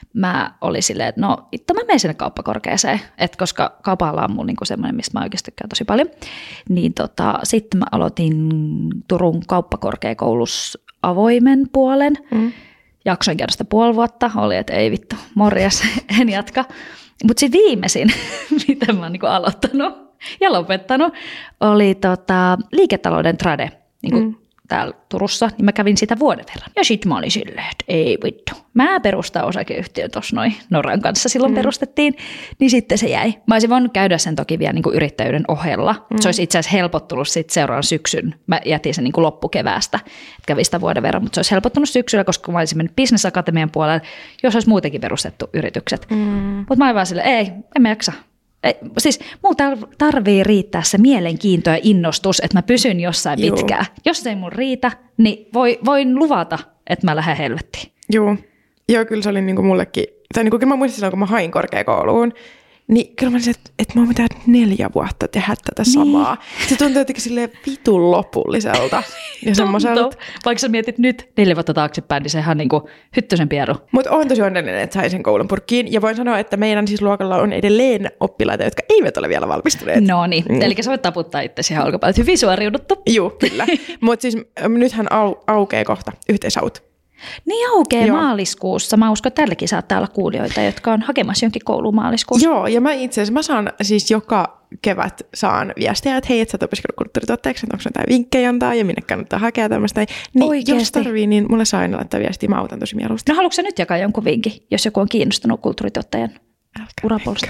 Speaker 2: mä olin silleen, että no itse mä menen sinne kauppakorkeeseen, että koska kaupalla on mulla niinku semmoinen, mistä mä oikeasti tykkään tosi paljon. Niin sitten mä aloitin Turun kauppakorkeakoulussa avoimen puolen. Jaksoin käydä sitä puoli vuotta, oli, että ei vittu, morjes, en jatka. Mutta sitten viimeisin, mitä mä oon niinku aloittanut ja lopettanut, oli liiketalouden trade täällä Turussa, niin mä kävin sitä vuoden verran. Ja sit mä olin silleen, että ei vittu. Mä perustan osakeyhtiön tuossa noin Norran kanssa silloin perustettiin, niin sitten se jäi. Mä olisin voinut käydä sen toki vielä niinku yrittäjyyden ohella. Se olisi itse asiassa helpottunut sitten seuraavan syksyn. Mä jätin sen niinku loppukeväästä, että kävin sitä vuoden verran, mutta se olisi helpottunut syksyllä, koska mä olisin mennyt Business Akatemian puolelle, jos olisi muutenkin perustettu yritykset. Mutta mä olin vaan silleen, ei, en mä jaksa. Siis mulla tarvii riittää se mielenkiinto ja innostus, että mä pysyn jossain pitkään. Jos se ei mun riitä, niin voin luvata, että mä lähden helvettiin.
Speaker 1: Joo, kyllä se oli niinku mullekin, tai niinku, kyllä mä muistin silloin, kun mä hain korkeakouluun, niin kyllä mä olisin, että mä oon mitään 4 vuotta tehdä tätä samaa. Se tuntuu jotenkin silleen vitun lopulliselta. Ja semmoiselta.
Speaker 2: Vaikka sä mietit nyt 4 vuotta taaksepäin, niin sehän on niinku hyttösen pieru.
Speaker 1: Mutta on tosi onnellinen, että sain sen koulun purkkiin. Ja voin sanoa, että meidän siis luokalla on edelleen oppilaita, jotka eivät ole vielä valmistuneet.
Speaker 2: No niin, eli sä voit taputtaa itsesi ihan olkapäin. Hyvin suoriuduttu.
Speaker 1: Joo, kyllä. Mutta siis nythän aukeaa kohta yhteisaut.
Speaker 2: Niin aukeaa maaliskuussa. Mä uskon, että tälläkin saattaa olla kuulijoita, jotka on hakemassa jonkin kouluun maaliskuussa.
Speaker 1: Joo, ja mä itse asiassa saan siis joka kevät viestejä, että hei, et sä oot opiskellut kulttuurituottajaksi, onko jotain vinkkejä antaa ja minne kannattaa hakea tämmöistä. Niin oikeasti. Jos tarvii, niin mulle saa aina laittaa viestiä, mä autan tosi mieluusti.
Speaker 2: No haluatko sä nyt jakaa jonkun vinkin, jos joku on kiinnostunut kulttuurituottajan urapolsta?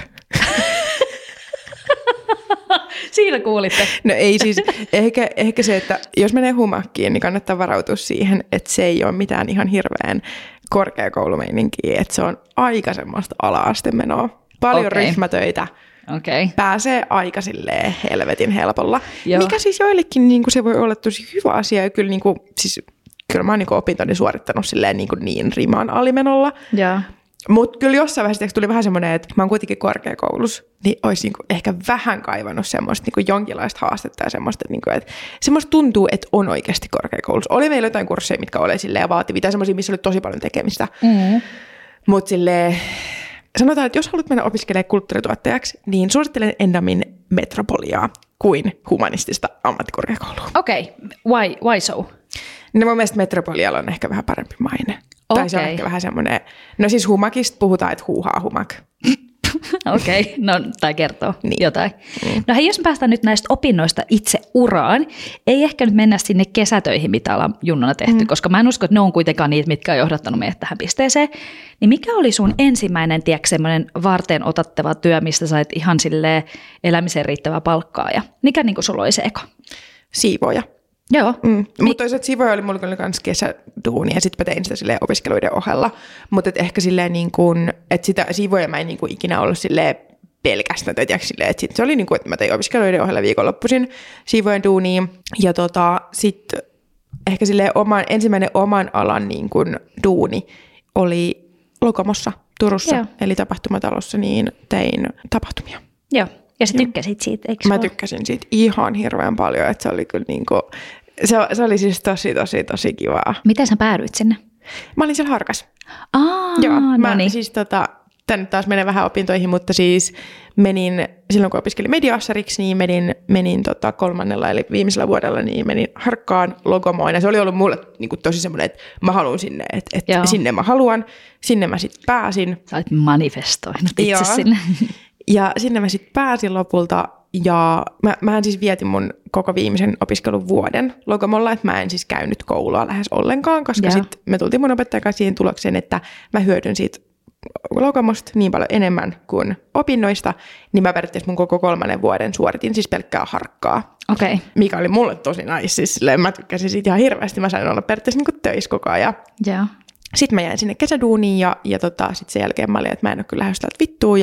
Speaker 2: Siinä kuulitte.
Speaker 1: No ei siis, ehkä se, että jos menee humakkiin, niin kannattaa varautua siihen, että se ei ole mitään ihan hirveän korkeakoulumeininkiä, että se on aika semmoista ala-astemenoa. Paljon ryhmätöitä. Pääsee aika silleen helvetin helpolla. Joo. Mikä siis joillekin niin se voi olla tosi hyvä asia. Ja kyllä, kyllä mä oon opintoni suorittanut silleen niin riman alimenolla.
Speaker 2: Joo.
Speaker 1: Mutta kyllä jossain vaiheessa tuli vähän semmoinen, että mä oon kuitenkin korkeakoulussa, niin olisi ehkä vähän kaivannut semmoista jonkinlaista haastetta ja semmoista, että semmoista tuntuu, että on oikeasti korkeakoulussa. Oli meillä jotain kursseja, mitkä oli silleen vaativia tai semmoisia, missä oli tosi paljon tekemistä. Mutta silleen, sanotaan, että jos haluat mennä opiskelemaan kulttuurituottajaksi, niin suosittelen ennemmin Metropoliaa kuin humanistista ammattikorkeakoulua.
Speaker 2: Okei. Why so?
Speaker 1: No mun mielestä Metropolialla on ehkä vähän parempi maine. Tai se on ehkä vähän semmoinen, no siis humakista puhutaan, että huuhaa humak.
Speaker 2: Okei, no tai kertoo jotain. No hei, jos me päästään nyt näistä opinnoista itse uraan, ei ehkä nyt mennä sinne kesätöihin, mitä ollaan junnana tehty, koska mä en usko, että ne on kuitenkaan niitä, mitkä on johdattanut meidät tähän pisteeseen. Niin mikä oli sun ensimmäinen, semmoinen varteen otettava työ, mistä sait ihan silleen elämiseen riittävää palkkaa ja mikä niin kuin sulla oli se eka?
Speaker 1: Siivooja.
Speaker 2: Joo.
Speaker 1: Mutta toisaalta siivoja oli mulla myös kesäduuni ja sitten mä tein sitä silleen opiskeluiden ohella. Mutta ehkä silleen niin kuin, että sitä siivoja mä en niin kuin ikinä ollut silleen pelkästään. Että sit se oli niin kuin, että mä tein opiskeluiden ohella viikonloppuisin siivojen duunia. Ja sitten ehkä silleen ensimmäinen oman alan niin kuin duuni oli Lokomossa Turussa. Joo. Eli tapahtumatalossa, niin tein tapahtumia.
Speaker 2: Joo. Ja sä tykkäsit siitä, eikö
Speaker 1: mä tykkäsin siitä ihan hirveän paljon, että se oli kyllä niinku, se oli siis tosi kivaa.
Speaker 2: Miten sä päädyit sinne?
Speaker 1: Mä olin siellä Harkas.
Speaker 2: Joo,
Speaker 1: mä siis tänne taas menee vähän opintoihin, mutta siis menin, silloin kun opiskelin mediaassariksi, niin menin 3. eli viimeisellä vuodella, niin menin Harkkaan Logomoon. Ja se oli ollut mulle niinku tosi semmoinen, että mä haluan sinne, että sinne mä haluan, sinne mä sitten pääsin.
Speaker 2: Sä olet manifestoinut itse sinne.
Speaker 1: Ja sinne mä sitten pääsin lopulta, ja mä siis vietin mun koko viimeisen opiskelun vuoden Logomolla, että mä en siis käynyt koulua lähes ollenkaan, koska sitten me tultiin mun opettajan kanssa siihen tulokseen, että mä hyödyn siitä Logomosta niin paljon enemmän kuin opinnoista, niin mä periaatteessa mun koko 3. vuoden suoritin siis pelkkää Harkkaa.
Speaker 2: Okay.
Speaker 1: Mikä oli mulle tosi nice, siis mä tykkäsin siitä ihan hirveästi, mä sain olla periaatteessa niin kuin töissä koko ajan.
Speaker 2: Yeah.
Speaker 1: Sitten mä jäin sinne kesäduuniin ja sitten sen jälkeen mä olin, että mä en ole kyllä lähdössä täältä vittuun.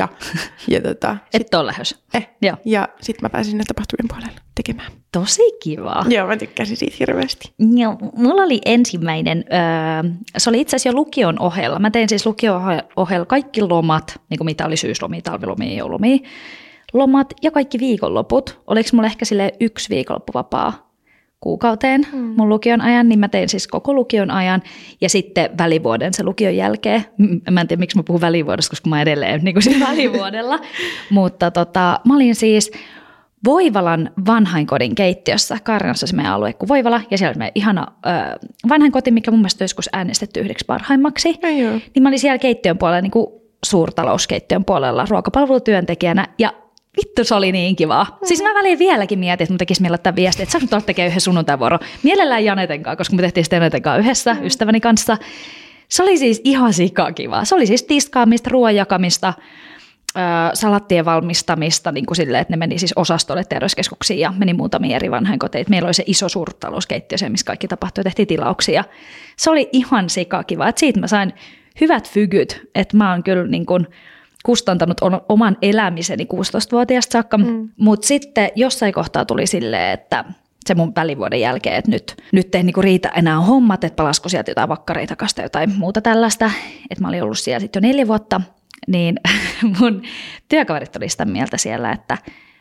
Speaker 2: Et ole lähdössä.
Speaker 1: Ja sitten mä pääsin sinne tapahtumien puolelle tekemään.
Speaker 2: Tosi kiva.
Speaker 1: Joo, mä tykkäsin siitä hirveästi.
Speaker 2: Joo, mulla oli ensimmäinen, se oli itse asiassa jo lukion ohella. Mä tein siis lukion ohella kaikki lomat, niin kuin mitä oli syyslomia, talvilomia, joulumia. Lomat ja kaikki viikonloput. Oliko mulla ehkä silleen 1 viikonloppu vapaa kuukauteen mun lukion ajan, niin mä tein siis koko lukion ajan ja sitten välivuoden se lukion jälkeen. Mä en tiedä, miksi mä puhun välivuodesta, koska mä edelleen niin kuin siinä välivuodella. Mutta mä olin siis Voivalan vanhainkodin keittiössä. Kaarinassa on se meidän alue kuin Voivala ja siellä oli meidän ihana vanhainkoti, mikä mun mielestä joskus äänestetty yhdeksi parhaimmaksi. Niin mä olin siellä keittiön puolella, niin kuin suurtalouskeittiön puolella ruokapalvelutyöntekijänä ja vittu, se oli niin kivaa. Siis mä väliin vieläkin mietin, että mun tekisi mielellä ottaa viestiä, että saanko tuolla tekemään yhden sunnuntaivuoron. Mielellään Janeten kanssa, koska me tehtiin sitten Janeten kanssa yhdessä ystäväni kanssa. Se oli siis ihan sikakivaa. Se oli siis tiskaamista, ruoan jakamista, salattien valmistamista, niin kuin silleen, että ne meni siis osastolle terveyskeskuksiin ja meni muutamia eri vanhainkoteita. Meillä oli se iso suurtalouskeittiö, se missä kaikki tapahtui, tehtiin tilauksia. Se oli ihan sikakivaa. Et siitä mä sain hyvät fygyt, että mä oon kyllä niin kuin kustantanut oman elämiseni 16-vuotiaasta saakka, mutta sitten jossain kohtaa tuli silleen, että se mun välivuoden jälkeen, että nyt ei niinku riitä enää hommat, että palasko sieltä jotain vakkareita tai jotain muuta tällaista, että mä olin ollut siellä sitten jo 4 vuotta, niin mun työkaverit oli sitä mieltä siellä, että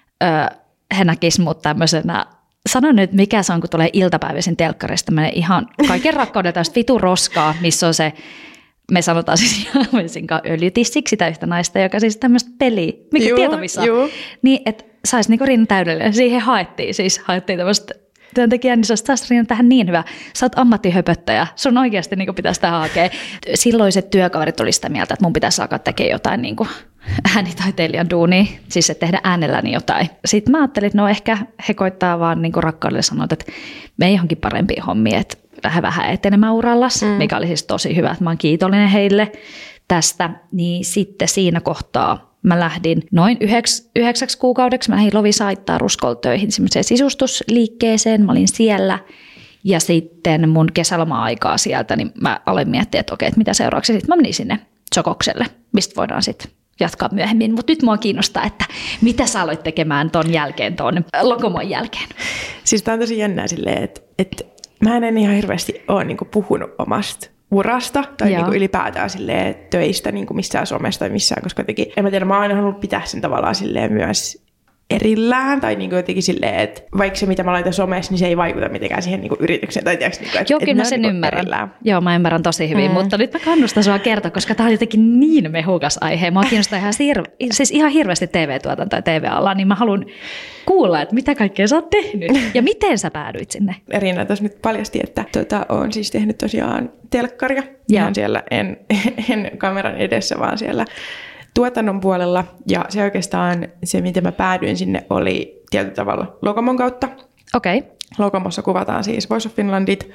Speaker 2: he näkisivät mut tämmöisenä, sanon nyt mikä se on, kun tulee iltapäiväisin telkkarista, tämmöinen ihan kaiken rakkauden tästä vitu roskaa, missä on se, me sanotaan siis öljytissiksi sitä yhtä naista, joka siis tämmöistä peliä, mikä tietomissa on. Niin, että saisi niinku Riina täydellinen. Siihen haettiin tämmöistä työntekijää, niin se olisi Riina tähän niin hyvä. Sä oot ammattihöpöttäjä, sun oikeasti niinku pitäisi tähän hakea. Silloiset työkaverit oli sitä mieltä, että mun pitäisi alkaa tekemään jotain niinku äänitaiteilijan duunia, siis että tehdä äänelläni jotain. Sitten mä ajattelin, että no ehkä he koittaa vaan niinku rakkaudelle sanoa, että me ei johonkin parempia hommia, että vähän etenemään urallas, mikä oli siis tosi hyvä, että mä oon kiitollinen heille tästä. Niin sitten siinä kohtaa mä lähdin noin 9 kuukaudeksi, mä lähdin Loviisaittaan Ruskolta töihin semmoiseen sisustusliikkeeseen, mä olin siellä. Ja sitten mun kesäloma-aikaa sieltä, niin mä aloin miettiä, että okei, että mitä seuraavaksi. Sitten mä menin sinne Sokokselle, mistä voidaan sitten jatkaa myöhemmin. Mutta nyt mua kiinnostaa, että mitä sä aloit tekemään ton jälkeen, ton Lokomon jälkeen.
Speaker 1: Siis tää on tosi jännää silleen, että mä en ihan hirveästi ole niinku puhunut omasta urasta tai niinku ylipäätään silleen töistä niinku missään somesta tai missään, koska jotenkin, en mä tiedä, mä oon aina halunnut pitää sen tavallaan silleen myös erillään tai niinku jotenkin silleen, että vaikka se mitä mä laitan somessa, niin se ei vaikuta mitenkään siihen niinku yritykseen tai tiiäks, niinku, että
Speaker 2: joo, kyllä mä sen
Speaker 1: niinku
Speaker 2: ymmärrän.
Speaker 1: Erillään.
Speaker 2: Joo, mä ymmärrän tosi hyvin, mutta nyt mä kannustan sua kertoa, koska tää on jotenkin niin mehukas aihe. Mä kiinnostaa ihan hirveästi TV-tuotanto ja TV-ala, niin mä haluan kuulla, että mitä kaikkea sä oot tehnyt ja miten sä päädyit sinne.
Speaker 1: Riina tuossa nyt paljasti, että oon siis tehnyt tosiaan telkkaria. Ihan siellä en kameran edessä, vaan siellä tuotannon puolella. Ja se oikeastaan se, miten mä päädyin sinne, oli tietyllä tavalla Lokomon kautta.
Speaker 2: Okei.
Speaker 1: Lokomossa kuvataan siis Voice of Finlandit.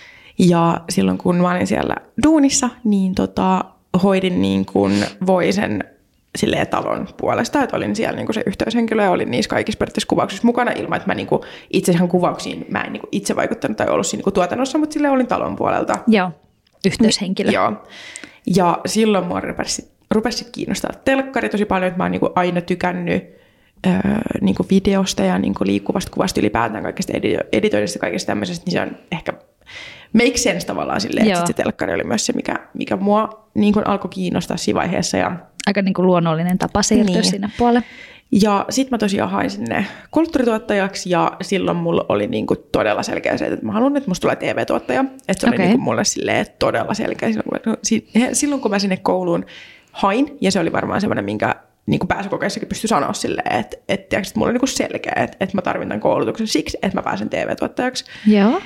Speaker 1: Ja silloin kun mä olin siellä duunissa, niin hoidin niin kuin Voicen silleen talon puolesta, että olin siellä niinku se yhteyshenkilö ja olin niissä kaikissa periaatteessa kuvauksissa mukana ilman, että mä niinku itse ihan kuvauksiin mä en niinku itse vaikuttanut tai ollut siinä niinku tuotannossa, mutta silleen olin talon puolelta.
Speaker 2: Joo, yhteyshenkilö.
Speaker 1: Joo. Ja silloin mua rupesi kiinnostaa telkkari tosi paljon, että mä oon niinku aina tykännyt niinku videosta ja niinku liikkuvasta kuvasta ylipäätään kaikesta editoinnista ja kaikesta tämmöisestä, niin se on ehkä make sense tavallaan silleen, että se telkkari oli myös se, mikä mua niinku alkoi kiinnostaa siinä vaiheessa. Ja
Speaker 2: aika niinku luonnollinen tapa siirtyä sinne puolelle.
Speaker 1: Ja sit mä tosiaan hain sinne kulttuurituottajaksi ja silloin mulla oli niinku todella selkeä se, että mä haluan, että musta tulee TV-tuottaja. Että se oli niinku mulle silleen todella selkeä silloin, kun mä sinne kouluun hain. Ja se oli varmaan semmoinen, minkä niinku pääsykokeissakin pystyi sanoa silleen, että mulla oli niinku selkeä, että mä tarvin tämän koulutuksen siksi, että mä pääsen TV-tuottajaksi.
Speaker 2: Joo.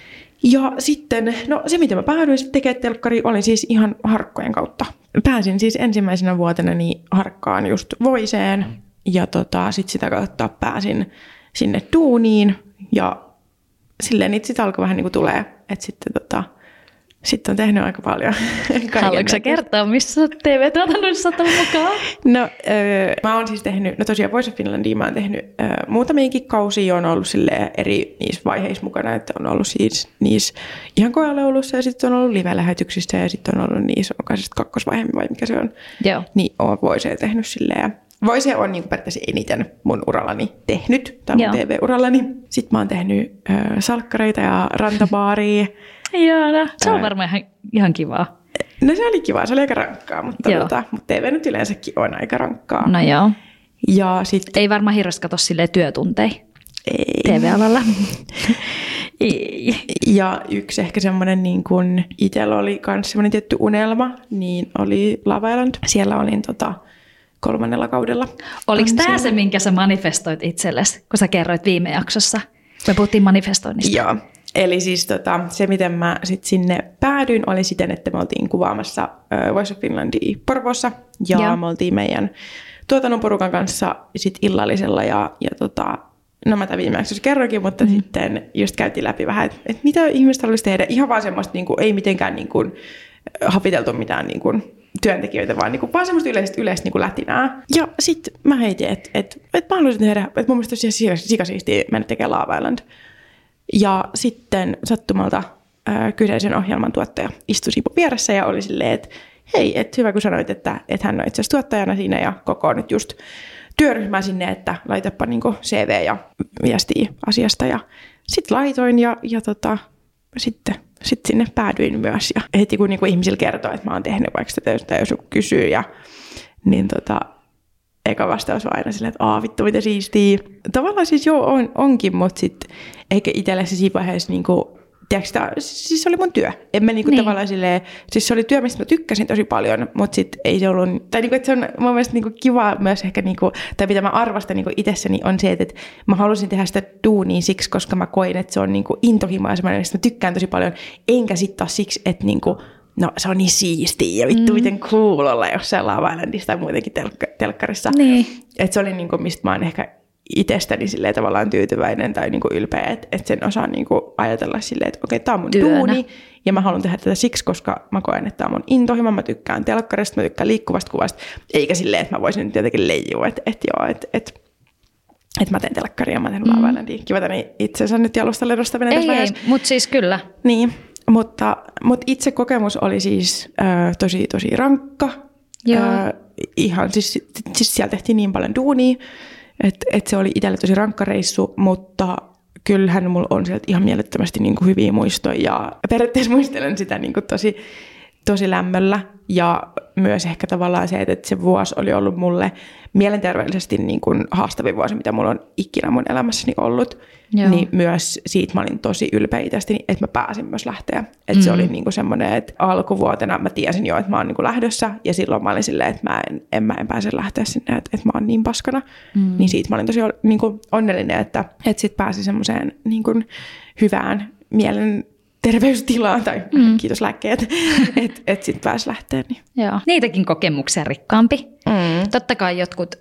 Speaker 1: Ja sitten, no se mitä mä päädyin sitten tekemään telkkari, olin siis ihan harkkojen kautta. Pääsin siis ensimmäisenä vuotenani harkkaan just Voiceen ja sitten sitä kautta pääsin sinne duuniin ja silleen niitä sitten alkoi vähän niin kuin tulee, että sitten on tehnyt aika paljon.
Speaker 2: Haluatko sä kertoa, missä TV-tuotannossa olet ollut mukaan?
Speaker 1: No mä oon siis tehnyt, no tosiaan Voice of Finlandia mä oon tehnyt muutamiakin kausia, on ollut silleen eri niissä vaiheissa mukana, että on ollut siis niissä ihan koelauluissa ja sitten on ollut live-lähetyksissä ja sitten on ollut niissä jokaisesta kakkosvaihe vai mikä se on. Joo. Niin oon Voicea tehnyt silleen. Voice on niin periaatteessa eniten mun urallani tehnyt, tai mun TV-urallani. Sitten mä oon tehnyt salkkareita ja rantabaaria.
Speaker 2: Joo, se on varmaan ihan kivaa.
Speaker 1: No se oli kivaa, se oli aika rankkaa, mutta TV nyt yleensäkin on aika rankkaa.
Speaker 2: No joo.
Speaker 1: Ja ei
Speaker 2: varmaan hirveästi katso silleen työtunteja TV-alalla.
Speaker 1: Ja yksi ehkä semmoinen, niin kuin itsellä oli myös semmoinen tietty unelma, niin oli Love Island. Siellä olin 3. kaudella.
Speaker 2: Oliko tämä se, minkä sä manifestoit itsellesi, kun sä kerroit viime jaksossa? Me puhuttiin manifestoinnista.
Speaker 1: Joo. Eli siis se, miten mä sit sinne päädyin, oli siten, että me oltiin kuvaamassa Voice of Finlandia Porvoossa. Ja me oltiin meidän tuotannon porukan kanssa sit illallisella. No mä tämän viime jaksossa kerroinkin, mutta sitten just käytiin läpi vähän, että mitä ihmiset haluaisi tehdä. Ihan vaan semmoista, niin kuin, ei mitenkään niin kuin, hapiteltu mitään niin kuin, työntekijöitä, vaan semmoista yleistä niin kuin lätinää. Ja sitten mä heitin, että mä haluaisin tehdä, että mun mielestä tosiaan sikasiistiä mennä tekemään Love Island. Ja sitten sattumalta kyseisen ohjelman tuottaja istui Sipo vieressä ja oli silleen, että hei, että hyvä kun sanoit, että hän on itse asiassa tuottajana siinä ja koko nyt just työryhmää sinne, että laitapa niinku CV ja viestiä asiasta. Ja sitten laitoin ja sitten sinne päädyin myös. Ja heti kun niinku ihmisillä kertoo, että mä oon tehnyt vaikka sitä, jos joku kysyy, niin eka vastaus on aina silleen, että vittu mitä siistiä. Tavallaan siis onkin, mutta sitten eikä itselle se siinä vaiheessa niinku, tiedätkö, siis se oli mun työ. En mä niinku tavallaan silleen, siis se oli työ, mistä mä tykkäsin tosi paljon, mutta sitten ei se ollut, tai niinku, että se on mun mielestä niinku kiva myös ehkä, niinku, tai mitä mä arvostan niinku itsessäni on se, että mä halusin tehdä sitä duunia siksi, koska mä koin, että se on niinku intohimoa semmoinen, mistä mä tykkään tosi paljon, enkä sitten taas siksi, että niinku, no se on niin siistiä ja vittu miten cool olla jossain Love Islandissa tai muutenkin telkkarissa.
Speaker 2: Niin.
Speaker 1: Että se oli niinku, mistä mä oon ehkä itsestäni silleen tavallaan tyytyväinen tai niinku ylpeä, että sen osaa niinku ajatella silleen, että okei, tää on mun duuni ja mä haluan tehdä tätä siksi, koska mä koen, että tää on mun intohimo, mä tykkään telkkarista, mä tykkään liikkuvasta kuvasta, eikä silleen, että mä voisin nyt jotenkin leijua, että mä teen telkkaria ja mä teen Love Islandia. Kiva tänne itsensä nyt jalustalle nostaminen tässä vaiheessa.
Speaker 2: Ei, mutta siis kyllä.
Speaker 1: Niin. Mutta itse kokemus oli siis tosi rankka. Ihan siis siellä tehtiin niin paljon duunia, että se oli itselle tosi rankka reissu, mutta kyllähän mulla on sieltä ihan mielettömästi niin kuin hyviä muistoja. Ja periaatteessa muistelen sitä niin kuin tosi lämmöllä. Ja myös ehkä tavallaan se, että se vuosi oli ollut mulle mielenterveellisesti niin kuin haastavin vuosi, mitä mulla on ikinä mun elämässäni ollut. Joo. Niin myös siitä mä olin tosi ylpeä itsestäni, että mä pääsin myös lähteä. Että se oli niin kuin semmoinen, että alkuvuotena mä tiesin jo, että mä oon niin kuin lähdössä. Ja silloin mä olin silleen, että mä en pääse lähteä sinne, että mä oon niin paskana. Niin siitä mä olin tosi niin kuin onnellinen, että sit pääsin semmoiseen niin kuin hyvään mielen terveystilaan tai kiitos lääkkeet, että sitten pääsi lähteä. Niin.
Speaker 2: Joo. Niitäkin kokemuksia rikkaampi. Totta kai jotkut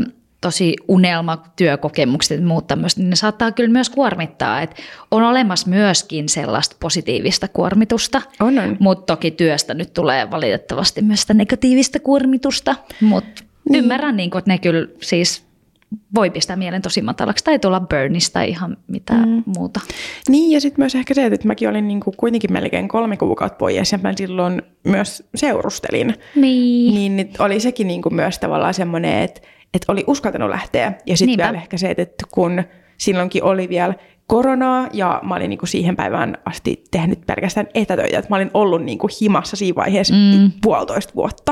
Speaker 2: tosi unelmatyökokemukset ja muut tämmöistä, niin ne saattaa kyllä myös kuormittaa. Et on olemassa myöskin sellaista positiivista kuormitusta, mutta toki työstä nyt tulee valitettavasti myös sitä negatiivista kuormitusta. Mutta ymmärrän, niin kun, että ne kyllä siis voi pistää mielen tosi matalaksi tai tulla burnista tai ihan mitään muuta.
Speaker 1: Niin ja sitten myös ehkä se, että mäkin olin niinku kuitenkin melkein 3 kuukautta pois ja mä silloin myös seurustelin. Niin oli sekin niinku myös tavallaan semmoinen, että oli uskaltanut lähteä. Ja sitten vielä ehkä se, että kun silloinkin oli vielä koronaa ja mä olin niinku siihen päivään asti tehnyt pelkästään etätöitä. Että mä olin ollut niinku himassa siinä vaiheessa 1,5 vuotta.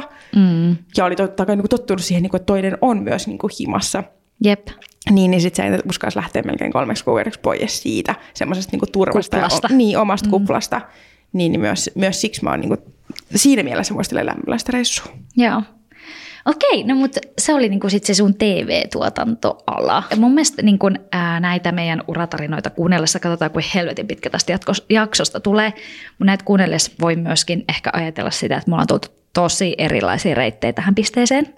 Speaker 1: Ja oli totta kai niinku tottunut siihen, niinku, että toinen on myös niinku himassa.
Speaker 2: Jep.
Speaker 1: Niin sitten sä et uskalsi lähteä melkein 3 kuukaudeksi pois siitä semmoisesta niinku turvasta. Ja omasta kuplasta. Niin myös siksi mä oon niinku, siinä mielessä muistelen lämmöllä sitä reissua.
Speaker 2: Joo. Okei, no mutta se oli niinku sit se sun TV-tuotantoala. Ja mun mielestä niinku, näitä meidän uratarinoita kuunnellessa, katsotaan kuin helvetin pitkä tästä jaksosta tulee, mutta näitä kuunnellessa voi myöskin ehkä ajatella sitä, että mulla on tullut tosi erilaisia reittejä tähän pisteeseen.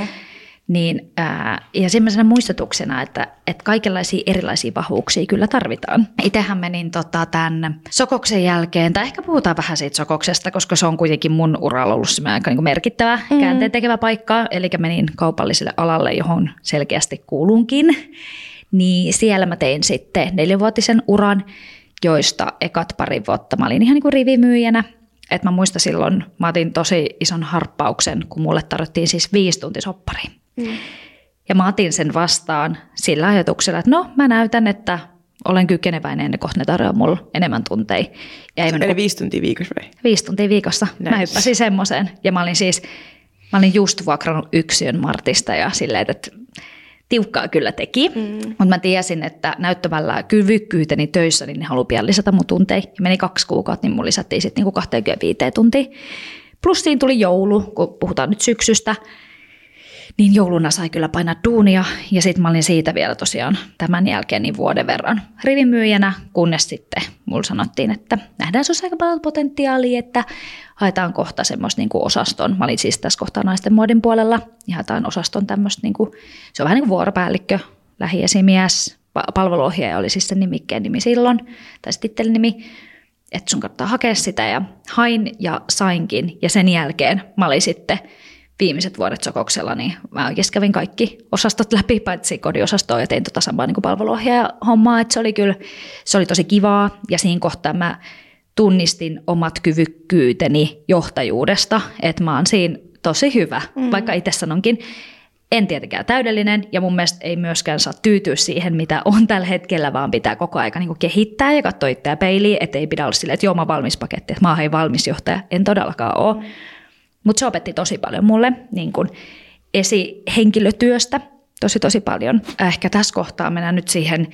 Speaker 2: Niin, ja semmoisena muistutuksena, että kaikenlaisia erilaisia vahvuuksia kyllä tarvitaan. Itsehän menin tämän Sokoksen jälkeen, tai ehkä puhutaan vähän siitä Sokoksesta, koska se on kuitenkin mun uralla ollut aika niin merkittävä käänteen tekevä paikka. Eli menin kaupalliselle alalle, johon selkeästi kuulunkin. Niin siellä mä tein sitten 4-vuotisen uran, joista ekat 2 vuotta mä olin ihan niin kuin rivimyyjänä. Että mä muistan silloin, mä otin tosi ison harppauksen, kun mulle tarvittiin siis 5 tuntia soppariin. Ja mä otin sen vastaan sillä ajatuksella, että no mä näytän, että olen kykeneväinen ennen kuin ne tarjoaa mulle enemmän tunteja.
Speaker 1: Eli 5 tuntia viikossa vai?
Speaker 2: 5 tuntia viikossa. Nice. Mä hyppäsin semmoiseen. Ja mä olin just vuokrannut yksiön Martista ja silleen, että tiukkaa kyllä teki, mutta mä tiesin, että näyttämällä kyvykkyyteni töissä, niin ne haluaa pian lisätä mun tunteja. Meni 2 kuukautta, niin mun lisättiin sitten niin 25 tuntia. Plus siinä tuli joulu, kun puhutaan nyt syksystä, niin jouluna sai kyllä painaa duunia. Ja sitten mä olin siitä vielä tosiaan tämän jälkeen niin vuoden verran rivimyyjänä, kunnes sitten mulla sanottiin, että nähdään sussa aika paljon potentiaalia, että haetaan kohta semmoista niin kuin osaston. Mä olin siis tässä kohtaa naisten muodin puolella ja haetaan osaston tämmöistä, niin kuin, se on vähän niin kuin vuoropäällikkö, lähiesimies, palveluohjaaja oli siis sen nimikkeen nimi silloin, tai se tittelin nimi, että sun kannattaa hakea sitä ja hain ja sainkin. Ja sen jälkeen mä olin sitten viimeiset vuodet Sokoksella, niin mä oikeasti kävin kaikki osastot läpi, paitsi kodiosastoa ja tein samaa niin palveluohjaaja-hommaa, että se oli tosi kivaa ja siinä kohtaa mä tunnistin omat kyvykkyyteni johtajuudesta, että mä oon siinä tosi hyvä, vaikka itse sanonkin, en tietenkään täydellinen ja mun mielestä ei myöskään saa tyytyä siihen, mitä on tällä hetkellä, vaan pitää koko ajan niin kuin kehittää ja katsoa itseä peiliin, että ei pidä olla silleen, että joo mä oon valmis paketti, että mä oon valmis johtaja, en todellakaan ole. Mutta se opetti tosi paljon mulle niin kun esihenkilötyöstä, tosi paljon. Ehkä tässä kohtaa mennään nyt siihen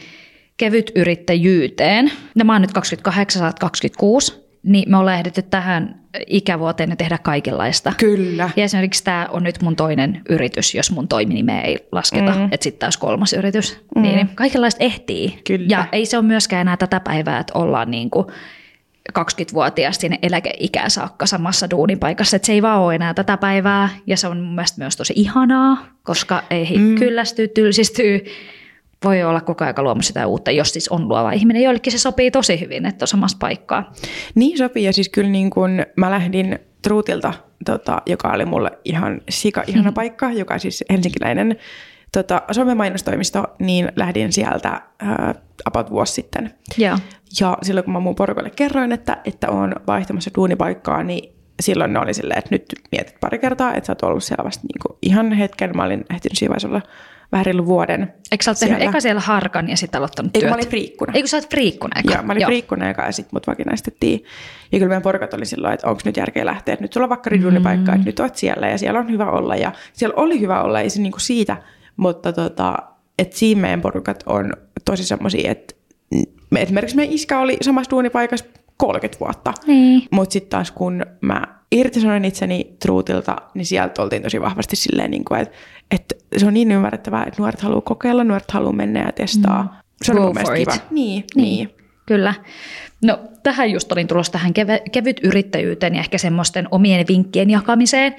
Speaker 2: kevytyrittäjyyteen. No, mä oon nyt 28, sä oot 26, niin me ollaan ehditty tähän ikävuoteen ja tehdä kaikenlaista.
Speaker 1: Kyllä.
Speaker 2: Ja esimerkiksi tämä on nyt mun toinen yritys, jos mun toiminimeä ei lasketa, että sitten taas 3. yritys. Niin kaikenlaista ehtii.
Speaker 1: Kyllä.
Speaker 2: Ja ei se ole myöskään enää tätä päivää, että ollaan niin kuin 20-vuotias sinne eläkeikään saakka samassa duunipaikassa, että se ei vaan ole enää tätä päivää ja se on mun mielestä myös tosi ihanaa, koska ei kyllästyy, tylsistyy, voi olla koko ajan luomassa sitä uutta, jos siis on luova ihminen. Joillekin se sopii tosi hyvin, että on samassa paikkaa.
Speaker 1: Niin sopii ja siis kyllä niin kun mä lähdin Truutilta, joka oli mulle ihan ihana paikka, joka siis helsinkiläinen somemainostoimisto, niin lähdin sieltä about vuosi sitten.
Speaker 2: Yeah.
Speaker 1: Ja silloin kun mä mun porukalle kerroin, että oon vaihtamassa duunipaikkaa, niin silloin ne oli silleen, että nyt mietit pari kertaa, että sä oot ollut siellä vasta niinku ihan hetken. Mä olin ehtinyt siinä vaiheessa olla vähän reilu vuoden.
Speaker 2: Eikö sä oot tehnyt eka siellä harkan ja sitten aloittanut työt?
Speaker 1: Eikö mä olin friikkuna.
Speaker 2: Eikö sä oot friikkuna eka?
Speaker 1: Joo, mä olin friikkuna eka ja sitten mut vakinaistettiin. Ja kyllä meidän porukat oli silloin, että onko nyt järkeä lähteä, että nyt sulla on vakkari duunipaikka, että nyt oot siellä ja siellä on hyvä olla. Ja siellä oli hyvä olla, ei se niinku siitä, mutta että siinä meidän porukat on tosi semmosia, että esimerkiksi meidän iskä oli samassa duunipaikassa 30 vuotta, mutta sitten taas kun mä irtisanoin itseni Truutilta, niin sieltä oltiin tosi vahvasti silleen, että se on niin ymmärrettävää, että nuoret haluaa kokeilla, nuoret haluaa mennä ja testaa. Se on mun mielestä kiva. Niin.
Speaker 2: Kyllä. No tähän just olin tulossa tähän kevyt yrittäjyyteen ja ehkä semmoisten omien vinkkien jakamiseen,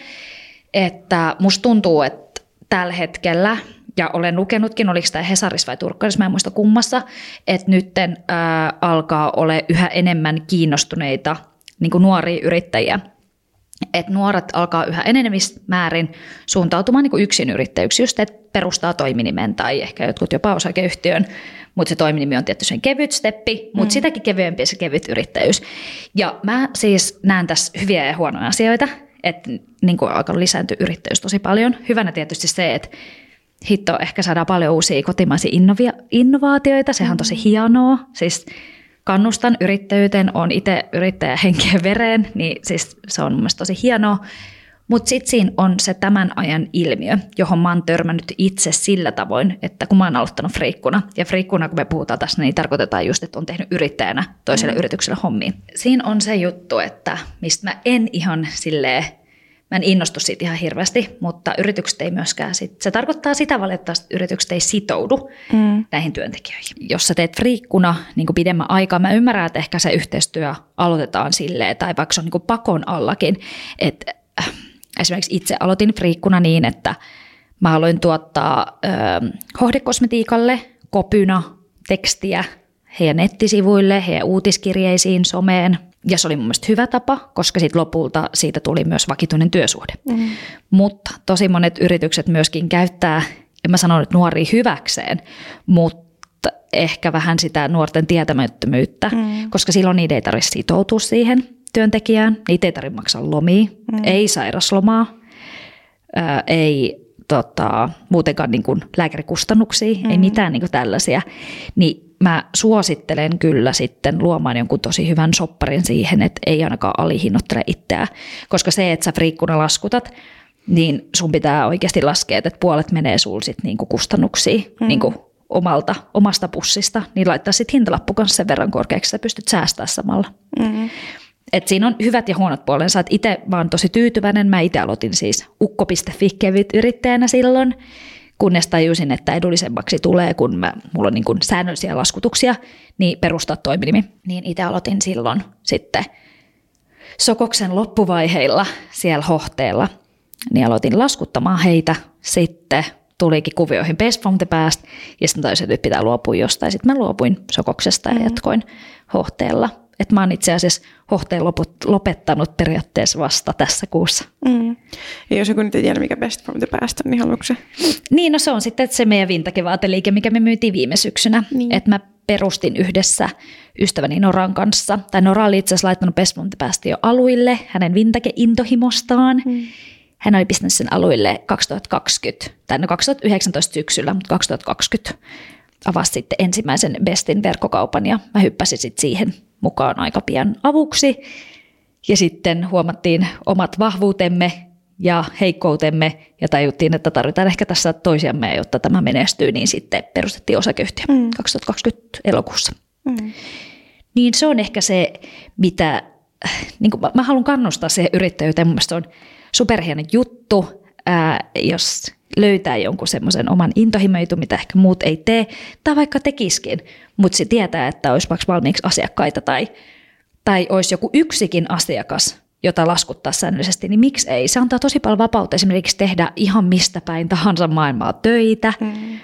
Speaker 2: että musta tuntuu, että tällä hetkellä, ja olen lukenutkin, oliko tämä Hesarissa vai Turkkarissa, mä en muista kummassa, että nytten alkaa olla yhä enemmän kiinnostuneita niin kuin nuoria yrittäjiä. Että nuoret alkaa yhä enenevissä määrin suuntautumaan niin kuin yksinyrittäjyksi, just että perustaa toiminimen tai ehkä jotkut jopa osakeyhtiön, mutta se toiminimi on tietysti sen kevyt steppi, mutta sitäkin kevyempi se kevyt yrittäjyys. Ja mä siis näen tässä hyviä ja huonoja asioita, että niin kuin alkaa lisääntyä yrittäjyys tosi paljon. Hyvänä tietysti se, että hitto, ehkä saadaan paljon uusia kotimaisia innovaatioita, sehän on tosi hienoa. Siis kannustan yrittäjyyteen, on itse yrittäjähenkeen vereen, niin siis se on mun mielestä tosi hienoa. Mutta sitten siinä on se tämän ajan ilmiö, johon mä oon törmännyt itse sillä tavoin, että kun mä oon aloittanut friikkuna, ja friikkuna kun me puhutaan tässä, niin tarkoitetaan just, että on tehnyt yrittäjänä toiselle yritykselle hommia. Siinä on se juttu, että mistä mä en ihan silleen, mä en innostu siitä ihan hirveästi, mutta yritykset ei myöskään se tarkoittaa sitä valitettavasti, että yritykset ei sitoudu näihin työntekijöihin. Jos sä teet friikkuna niin kuin pidemmän aikaa, mä ymmärrän, että ehkä se yhteistyö aloitetaan silleen, tai vaikka se on niin kuin pakon allakin, että esimerkiksi itse aloitin friikkuna niin, että mä aloin tuottaa hohdekosmetiikalle kopyna tekstiä heidän nettisivuille, heidän uutiskirjeisiin, someen. Ja se oli mun mielestä hyvä tapa, koska sit lopulta siitä tuli myös vakituinen työsuhde. Mutta tosi monet yritykset myöskin käyttää, en mä sano nyt nuoria hyväkseen, mutta ehkä vähän sitä nuorten tietämättömyyttä, koska silloin niitä ei tarvitse sitoutua siihen työntekijään, niitä ei tarvitse maksaa lomia, ei sairaslomaa, ei muutenkaan niin kuin lääkärikustannuksia, ei mitään niin kuin tällaisia, niin mä suosittelen kyllä sitten luomaan jonkun tosi hyvän shopparin siihen, että ei ainakaan alihinnoittele itseään, koska se, että sä friikkuna laskutat niin sun pitää oikeasti laskea, että puolet menee sulla sit niinku kustannuksiin niinku omasta pussista, niin laittaa sitten hintalappu kanssa sen verran korkeaksi, että pystyt säästämään samalla. Et siinä on hyvät ja huonot puolensa. Et itse mä oon tosi tyytyväinen. Mä itse aloitin siis ukko.fi-kevyt-yrittäjänä silloin, kunnes tajusin, että edullisemmaksi tulee, kun mulla on niin kuin säännöllisiä laskutuksia, niin perustaa toiminimi. Niin itse aloitin silloin sitten Sokoksen loppuvaiheilla siellä Hohteella, niin aloitin laskuttamaan heitä. Sitten tulikin kuvioihin Best from the Past, ja sitten tajusin, että pitää luopua jostain. Sitten mä luopuin Sokoksesta ja jatkoin Hohteella. Että mä oon itse asiassa Hohteen lopettanut periaatteessa vasta tässä kuussa.
Speaker 1: Ja jos joku nyt ei tiedä, mikä Best from the Past on, niin haluatko se?
Speaker 2: Niin, no se on sitten se meidän vintage-vaateliike, mikä me myytiin viime syksynä. Niin. Että mä perustin yhdessä ystäväni Noran kanssa. Tai Nora oli itse asiassa laittanut Best from the Past jo aluille hänen vintage-intohimostaan. Hän oli pistänyt sen aluille 2020, tai no 2019 syksyllä, mutta 2020 avasi sitten ensimmäisen Bestin verkkokaupan ja mä hyppäsin sitten siihen mukaan aika pian avuksi. Ja sitten huomattiin omat vahvuutemme ja heikkoutemme ja tajuttiin, että tarvitaan ehkä tässä toisiamme, jotta tämä menestyy, niin sitten perustettiin osakeyhtiö 2020 elokuussa. Niin se on ehkä se, mitä niin kuin mä haluan kannustaa siihen yrittäjyyteen. Mun mielestä se on superhieno juttu, jos löytää jonkun semmoisen oman intohimojutun, mitä ehkä muut ei tee, tai vaikka tekisikin, mutta se tietää, että olisi vaikka valmiiksi asiakkaita tai olisi joku yksikin asiakas, jota laskuttaa säännöllisesti, niin miksi ei? Se antaa tosi paljon vapautta esimerkiksi tehdä ihan mistä päin tahansa maailmaa töitä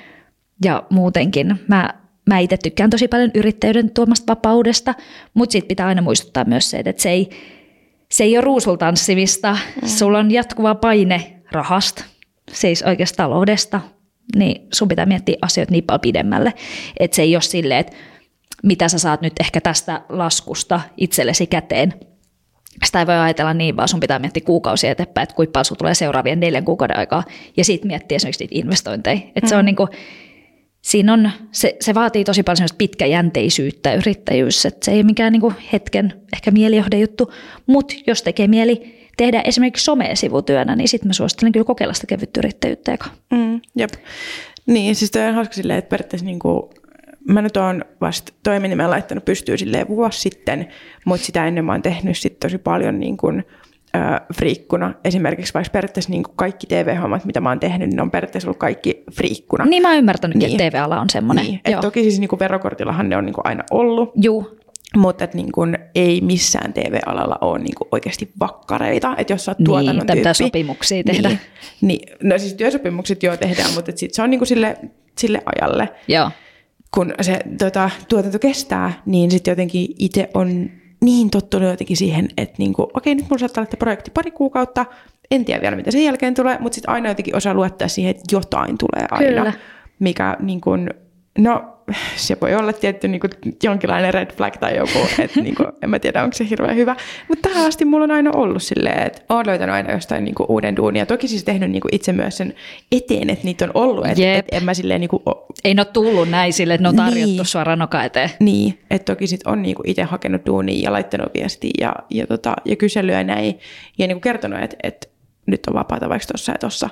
Speaker 2: ja muutenkin. Mä itse tykkään tosi paljon yrittäjyyden tuomasta vapaudesta, mutta siitä pitää aina muistuttaa myös se, että se ei ole ruusultanssimista, sulla on jatkuva paine rahasta, siis oikeasta taloudesta, niin sun pitää miettiä asioita niin paljon pidemmälle, että se ei ole silleen, että mitä sä saat nyt ehkä tästä laskusta itsellesi käteen. Sitä ei voi ajatella niin, vaan sun pitää miettiä kuukausia eteenpäin, että kuinka paljon sun tulee seuraavien 4 kuukauden aikaa, ja sitten miettiä esimerkiksi niitä investointeja. Että se on niinku, siinä on, se vaatii tosi paljon semmoista pitkäjänteisyyttä yrittäjyys, että se ei ole mikään niinku hetken ehkä mielijohdejuttu, mutta jos tekee mieli tehdä esimerkiksi somesivutyönä, niin sitten mä suosittelen kyllä kokeilla sitä kevyttä yrittäjyyttä eka.
Speaker 1: Jep. Niin, siis toi on hauska silleen, että periaatteessa niinku, mä nyt oon vasta toiminimen laittanut pystyyn silleen vuosi sitten, mutta sitä ennen mä oon tehnyt sit tosi paljon niin kuin, friikkuna. Esimerkiksi vaikka periaatteessa niin kuin kaikki TV-hommat, mitä mä oon tehnyt, niin on periaatteessa ollut kaikki friikkuna.
Speaker 2: Niin mä oon ymmärtänytkin, että TV-ala on semmoinen.
Speaker 1: Niin, toki siis niin kuin verokortillahan ne on niin kuin aina ollut.
Speaker 2: Juu.
Speaker 1: Mutta että niin kun ei missään TV-alalla ole niin kun oikeasti vakkareita, että jos sä oot tuotannon tyyppi.
Speaker 2: Niin, sopimuksia tehdä.
Speaker 1: Niin, no siis työsopimukset joo tehdään, mutta sit se on niin kun sille ajalle.
Speaker 2: Joo.
Speaker 1: Kun se tuotanto kestää, niin sitten jotenkin itse on niin tottunut jotenkin siihen, että niinku, okei, nyt mulla saattaa olla projekti 2 kuukautta, en tiedä vielä mitä sen jälkeen tulee, mutta sitten aina jotenkin osaa luottaa siihen, että jotain tulee aina.
Speaker 2: Kyllä.
Speaker 1: Mikä niin kun, no se voi olla tietty niin kuin jonkinlainen red flag tai joku, että niin kuin, en mä tiedä, onko se hirveän hyvä. Mutta tähän asti mulla on aina ollut silleen, että oon löytänyt aina jostain niin kuin uuden duunia. Toki siis tehnyt niin kuin itse myös sen eteen, että niitä on ollut. Että en mä silleen niin kuin
Speaker 2: ei ne ole tullut näin silleen, että ne on tarjottu suoraan noka eteen.
Speaker 1: Niin, että toki sit on niin kuin itse hakenut duunia ja laittanut viestiä ja kyselyä näin. Ja niin kuin kertonut, että nyt on vapaata vaikka tossa ja tossa.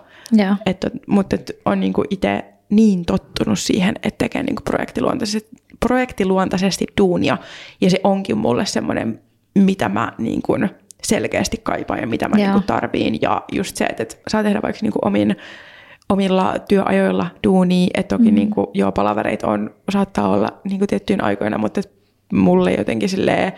Speaker 1: Mutta on niin kuin itse niin tottunut siihen, että tekee niin kuin projektiluontaisesti duunia. Ja se onkin mulle semmoinen, mitä mä niin kuin selkeästi kaipaan ja mitä mä niin kuin tarviin. Ja just se, että saa tehdä vaikka niin kuin omilla työajoilla duunia. Että toki niin kuin, palavereita saattaa olla niin kuin tiettyyn aikoina, mutta mulle jotenkin silleen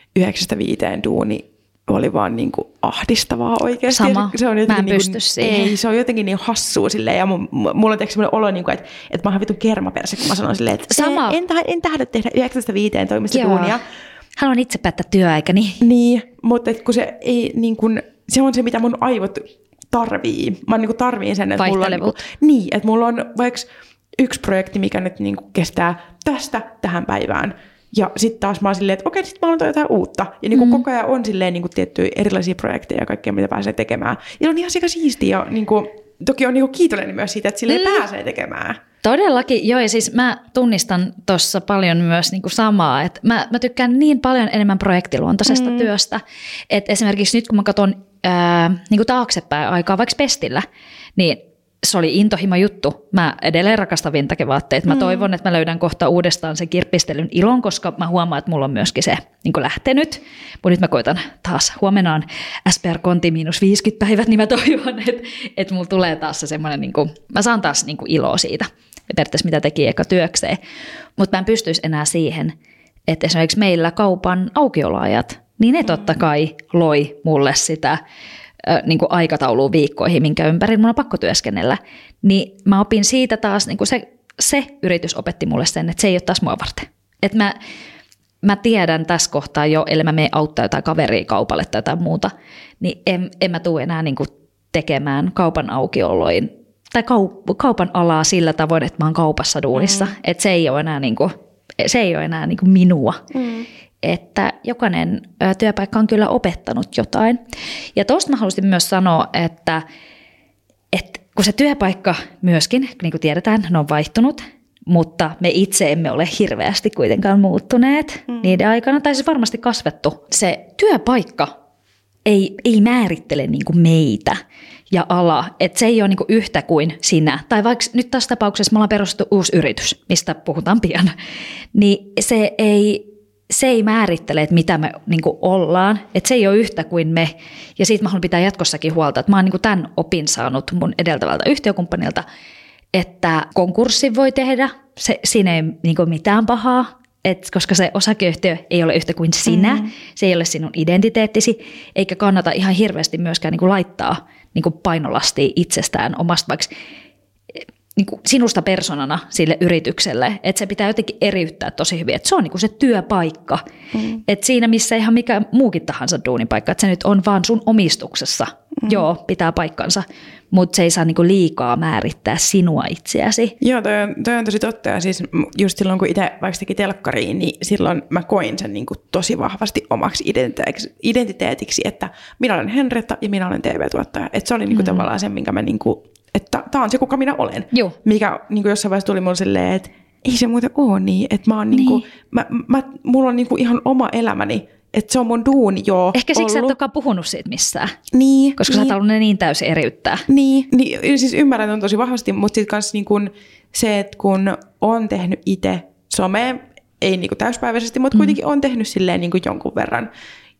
Speaker 1: 9-5 duuni oli vaan niinku ahdistavaa oikeasti.
Speaker 2: Sama.
Speaker 1: Se on jotenkin
Speaker 2: mä en pysty siihen.
Speaker 1: Ei, se on jotenkin niin hassua silleen. Ja mulla on sellainen olo, niinku, että mä oon vitun kermaperse, kun mä sanon silleen, että en tahdo tehdä 9-5 toimista duunia.
Speaker 2: Haluan itse päättää työaikani.
Speaker 1: Niin, mutta kun se ei niin kuin, se on se, mitä mun aivot tarvii. Mä niin tarviin sen, että mulla on, niin, että mulla on vaikka yksi projekti, mikä nyt niin kuin kestää tästä tähän päivään. Ja sitten taas mä oon silleen, että okei, sit mä haluan jotain uutta. Ja niin kuin koko ajan on silleen niin kuin tiettyjä erilaisia projekteja ja kaikkea, mitä pääsee tekemään. Ja on ihan sekä siistiä. Ja niin kuin, toki on niin kuin kiitollinen myös siitä, että silleen pääsee tekemään.
Speaker 2: Todellakin, joo, ja siis mä tunnistan tuossa paljon myös niinku samaa, että mä tykkään niin paljon enemmän projektiluontoisesta työstä, että esimerkiksi nyt kun mä katson niinku taaksepäin aikaa vaikka Pestillä, niin se oli intohimo juttu. Mä edelleen rakastan vintage-vaatteet. Mä toivon, että mä löydän kohta uudestaan sen kirppistelyn ilon, koska mä huomaan, että mulla on myöskin se niin lähtenyt. Mutta nyt mä koitan taas, huomenna on SPR-konti -50 päivät, niin mä toivon, että mulla tulee taas se semmoinen, niin mä saan taas niin iloa siitä, periaatteessa mitä teki eka työkseen. Mutta mä en pystyisi enää siihen, että esimerkiksi meillä kaupan aukioloajat, niin ne totta kai loi mulle sitä niin kuin aikatauluun viikkoihin, minkä ympärillä mun on pakko työskennellä, niin mä opin siitä taas, niin kuin se yritys opetti mulle sen, että se ei ole taas mua varten. Että mä tiedän tässä kohtaa jo, ellei mä mene auttaa jotain kaveria kaupalle tai jotain muuta, niin en mä tule enää niin kuin tekemään kaupan aukioloin tai kaupan alaa sillä tavoin, että mä oon kaupassa duunissa. Että se ei ole enää niin kuin minua. Että jokainen työpaikka on kyllä opettanut jotain. Ja tuosta mä haluaisin myös sanoa, että kun se työpaikka myöskin, niin kuin tiedetään, ne on vaihtunut, mutta me itse emme ole hirveästi kuitenkaan muuttuneet niiden aikana, tai siis varmasti kasvettu. Se työpaikka ei määrittele niin kuin meitä ja ala, että se ei ole niin kuin yhtä kuin sinä. Tai vaikka nyt tässä tapauksessa me ollaan perustettu uusi yritys, mistä puhutaan pian, niin se ei määrittele, että mitä me niin kuin ollaan, että se ei ole yhtä kuin me. Ja siitä mä haluan pitää jatkossakin huolta, että mä oon niin kuin tämän opin saanut mun edeltävältä yhtiökumppanilta, että konkurssi voi tehdä, siinä ei niin kuin mitään pahaa, koska se osakeyhtiö ei ole yhtä kuin sinä, se ei ole sinun identiteettisi, eikä kannata ihan hirveästi myöskään niin kuin laittaa niin kuin painolastia itsestään omasta vaikka niin kuin sinusta persoonana sille yritykselle, että se pitää jotenkin eriyttää tosi hyvin, että se on niin kuin se työpaikka, että siinä missä ihan mikä muukin tahansa duunipaikka, että se nyt on vaan sun omistuksessa, joo, pitää paikkansa, mutta se ei saa niin kuin liikaa määrittää sinua itseäsi.
Speaker 1: Joo, toi on tosi totta, ja siis just silloin kun itse vaikka teki telkkariin, niin silloin mä koin sen niin kuin tosi vahvasti omaksi identiteetiksi, että minä olen Henrietta ja minä olen TV-tuottaja, että se oli niin kuin tavallaan se, minkä mä niin kuin, että tämä on se, kuka minä olen. Joo. Mikä niin kuin jossain vaiheessa tuli mulle silleen, että ei se muuten ole niin, että mä oon niin kuin, mulla on niin kuin ihan oma elämäni, että se on mun duuni jo
Speaker 2: ehkä siksi sä et olekaan puhunut siitä missään.
Speaker 1: Niin.
Speaker 2: Koska sä oot halunnut ne niin täysin eriyttää.
Speaker 1: Niin, siis ymmärrän on tosi vahvasti, mutta sitten kanssa niin kun se, että kun on tehnyt itse somea, ei niin kuin täyspäiväisesti, mutta kuitenkin on tehnyt silleen niin kuin jonkun verran.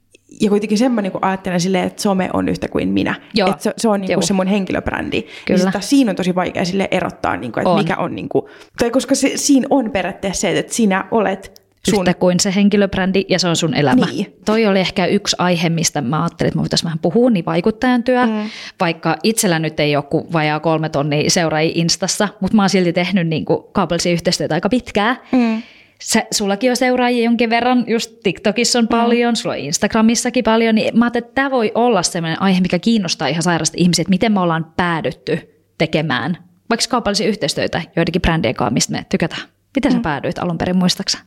Speaker 1: Ja kuitenkin sen mä niin kuin ajattelen silleen, että some on yhtä kuin minä. Joo. Että se on niin kuin se mun henkilöbrändi. Kyllä. Ja siinä on tosi vaikea sille erottaa, niin kuin, että mikä on, niin kuin, tai koska siinä on periaatteessa se, että sinä olet
Speaker 2: yhtä kuin se henkilöbrändi ja se on sun elämä. Niin. Toi oli ehkä yksi aihe, mistä mä ajattelin, että mä voitaisiin vähän puhua, niin vaikuttajan työ. Vaikka itsellä nyt ei ole kuin vajaa 3 tonnia seuraajia Instassa, mutta mä oon silti tehnyt niin kuin kaupallisia yhteistyötä aika pitkään. Sullakin on seuraajia jonkin verran, just TikTokissa on paljon, sulla on Instagramissakin paljon, niin mä ajattelin, että tämä voi olla sellainen aihe, mikä kiinnostaa ihan sairasti ihmisiä, että miten me ollaan päädytty tekemään vaikka kaupallisia yhteistyötä joidenkin brändien kanssa, mistä me tykätään. Miten sä päädyit alun perin, muistaaksä?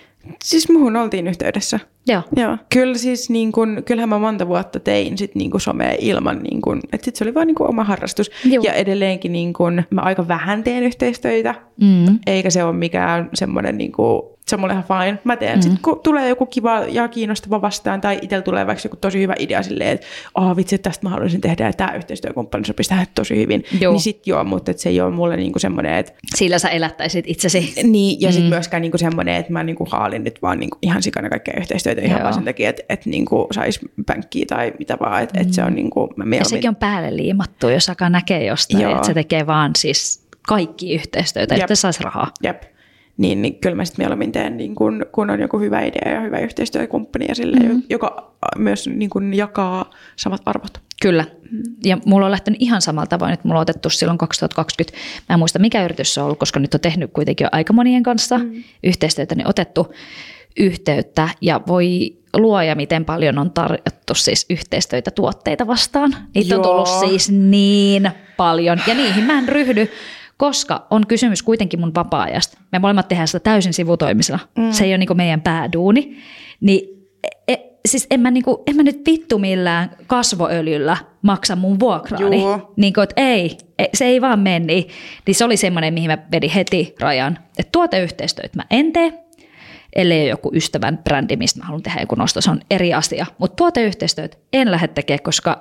Speaker 1: Siis muhun oltiin yhteydessä.
Speaker 2: Joo.
Speaker 1: Kyllä siis niin kun, kyllähän mä monta vuotta tein sit niin kun somea ilman, niin kun, että sit se oli vaan niin kun oma harrastus. Joo. Ja edelleenkin niin kun, mä aika vähän teen yhteistöitä, eikä se ole mikään semmoinen, niin kun, se on mulle ihan fine. Mä teen sit, kun tulee joku kiva ja kiinnostava vastaan, tai itsellä tulee vaikka joku tosi hyvä idea silleen, että vitsi, tästä mä haluaisin tehdä, ja tämä yhteistyökumppani sopisi tehdä tosi hyvin. Joo. Niin sit joo, mutta se ei ole mulle niin semmoinen, että
Speaker 2: sillä sä elättäisit itsesi.
Speaker 1: Niin, ja sitten myöskään niin semmoinen, että mä niin haalin nyt vaan niin ihan sikana kaikkea yhteistyötä ihan vaan sen takia, että niin saisi pänkkiä tai mitä vaan, että se on niin kuin,
Speaker 2: ja sekin on päälle liimattu, jos alkaa näkee jostain, että se tekee vaan siis kaikki yhteistyötä, että saisi rahaa.
Speaker 1: Jep. Niin kyllä mä sitten mieluummin teen, niin kun on joku hyvä idea ja hyvä yhteistyökumppani, ja joka myös niin kun jakaa samat arvot.
Speaker 2: Kyllä. Ja mulla on lähtenyt ihan samalla tavoin, että mulla on otettu silloin 2020, mä en muista mikä yritys se on ollut, koska nyt on tehnyt kuitenkin jo aika monien kanssa yhteistyötä, niin otettu yhteyttä, ja voi luoja, miten paljon on tarjottu siis yhteistyötä tuotteita vastaan. Niitä on tullut siis niin paljon, ja niihin mä en ryhdy, koska on kysymys kuitenkin mun vapaa-ajasta. Me molemmat tehdään sitä täysin sivutoimisena. Se ei ole niin kuin meidän pääduuni. Niin, siis en mä nyt vittu millään kasvoöljyllä maksa mun vuokraani. Niin kuin, että ei, se ei vaan mene. Niin se oli semmoinen, mihin mä vedin heti rajan. Että tuoteyhteistyöt mä en tee, ellei ole joku ystävän brändi, mistä mä haluan tehdä joku nosto. Se on eri asia. Mutta tuoteyhteistyöt en lähde tekemään, koska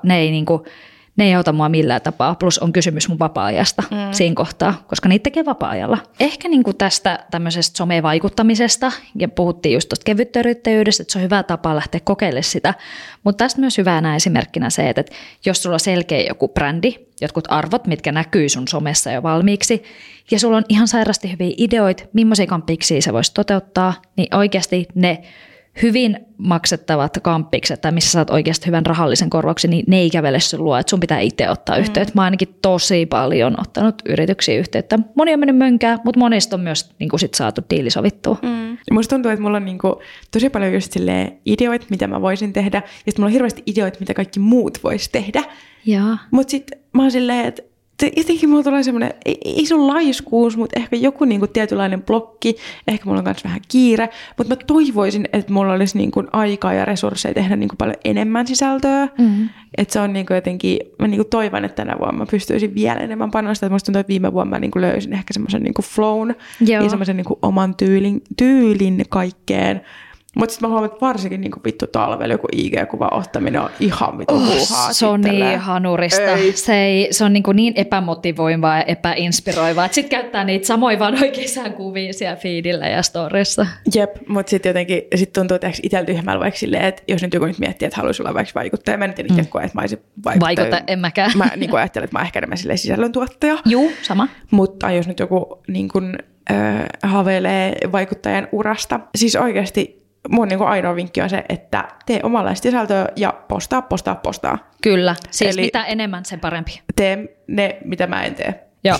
Speaker 2: ne ei auta mua millään tapaa. Plus on kysymys mun vapaa-ajasta siinä kohtaa, koska niitä tekee vapaa-ajalla. Ehkä niin kuin tästä tämmöisestä somevaikuttamisesta, ja puhuttiin just tuosta kevyttöyrittäjyydestä, että se on hyvä tapa lähteä kokeilemaan sitä. Mutta tästä myös hyvänä esimerkkinä se, että jos sulla on selkeä joku brändi, jotkut arvot, mitkä näkyy sun somessa jo valmiiksi, ja sulla on ihan sairasti hyviä ideoita, millaisia kamppiksia sä voisit toteuttaa, niin oikeasti ne hyvin maksettavat kamppikset, tai missä saat oikeasti hyvän rahallisen korvauksen, niin ne ei kävele sun luo, että sun pitää itse ottaa yhteyttä. Mä oon ainakin tosi paljon ottanut yrityksiä yhteyttä. Moni on mennyt mönkään, mutta monista on myös niin kuin sit saatu diili sovittua.
Speaker 1: Musta tuntuu, että mulla on niin kuin tosi paljon just ideoita, mitä mä voisin tehdä, ja sitten mulla on hirveästi ideoita, mitä kaikki muut vois tehdä. Mutta sitten mä oon silleen, että jotenkin mulla tulee semmoinen, ei se ole laiskuus, mutta ehkä joku niinku tietynlainen blokki, ehkä mulla on myös vähän kiire, mutta mä toivoisin, että mulla olisi niinku aikaa ja resursseja tehdä niinku paljon enemmän sisältöä. Että se on niinku jotenkin, mä niinku toivon, että tänä vuonna mä pystyisin vielä enemmän panostamaan. Musta tuntuu, että viime vuonna mä niinku löysin ehkä semmoisen niinku flown ja semmoisen niinku oman tyylin kaikkeen. Mutta sitten mä huomaan, että varsinkin niinku vittu talvella joku IG-kuva ottaminen on ihan vittu huuhaa.
Speaker 2: Se on niin hanurista. Se on niin epämotivoivaa ja epäinspiroivaa. Sitten käyttää niitä samoja vanhoja kesäkuvia siellä feedillä ja storissa.
Speaker 1: Jep, mutta sitten jotenkin tuntuu, että itsellä tyhmällä vaikka silleen, että jos nyt joku nyt miettii, että haluaisi olla vaikka vaikuttaja, mä en tiedä koe, että mä olisin vaikuttaja.
Speaker 2: En mäkään.
Speaker 1: Mä niin ajattelen, että mä ehkä enemmän silleen sisällöntuottaja.
Speaker 2: Juu, sama.
Speaker 1: Mutta jos nyt joku niin kun, haaveilee vaikuttajan urasta, siis oikeasti mun niin kuin ainoa vinkki on se, että tee omanlaista sisältöä ja postaa.
Speaker 2: Kyllä, siis eli mitä enemmän, sen parempi.
Speaker 1: Tee ne, mitä mä en tee.
Speaker 2: Joo.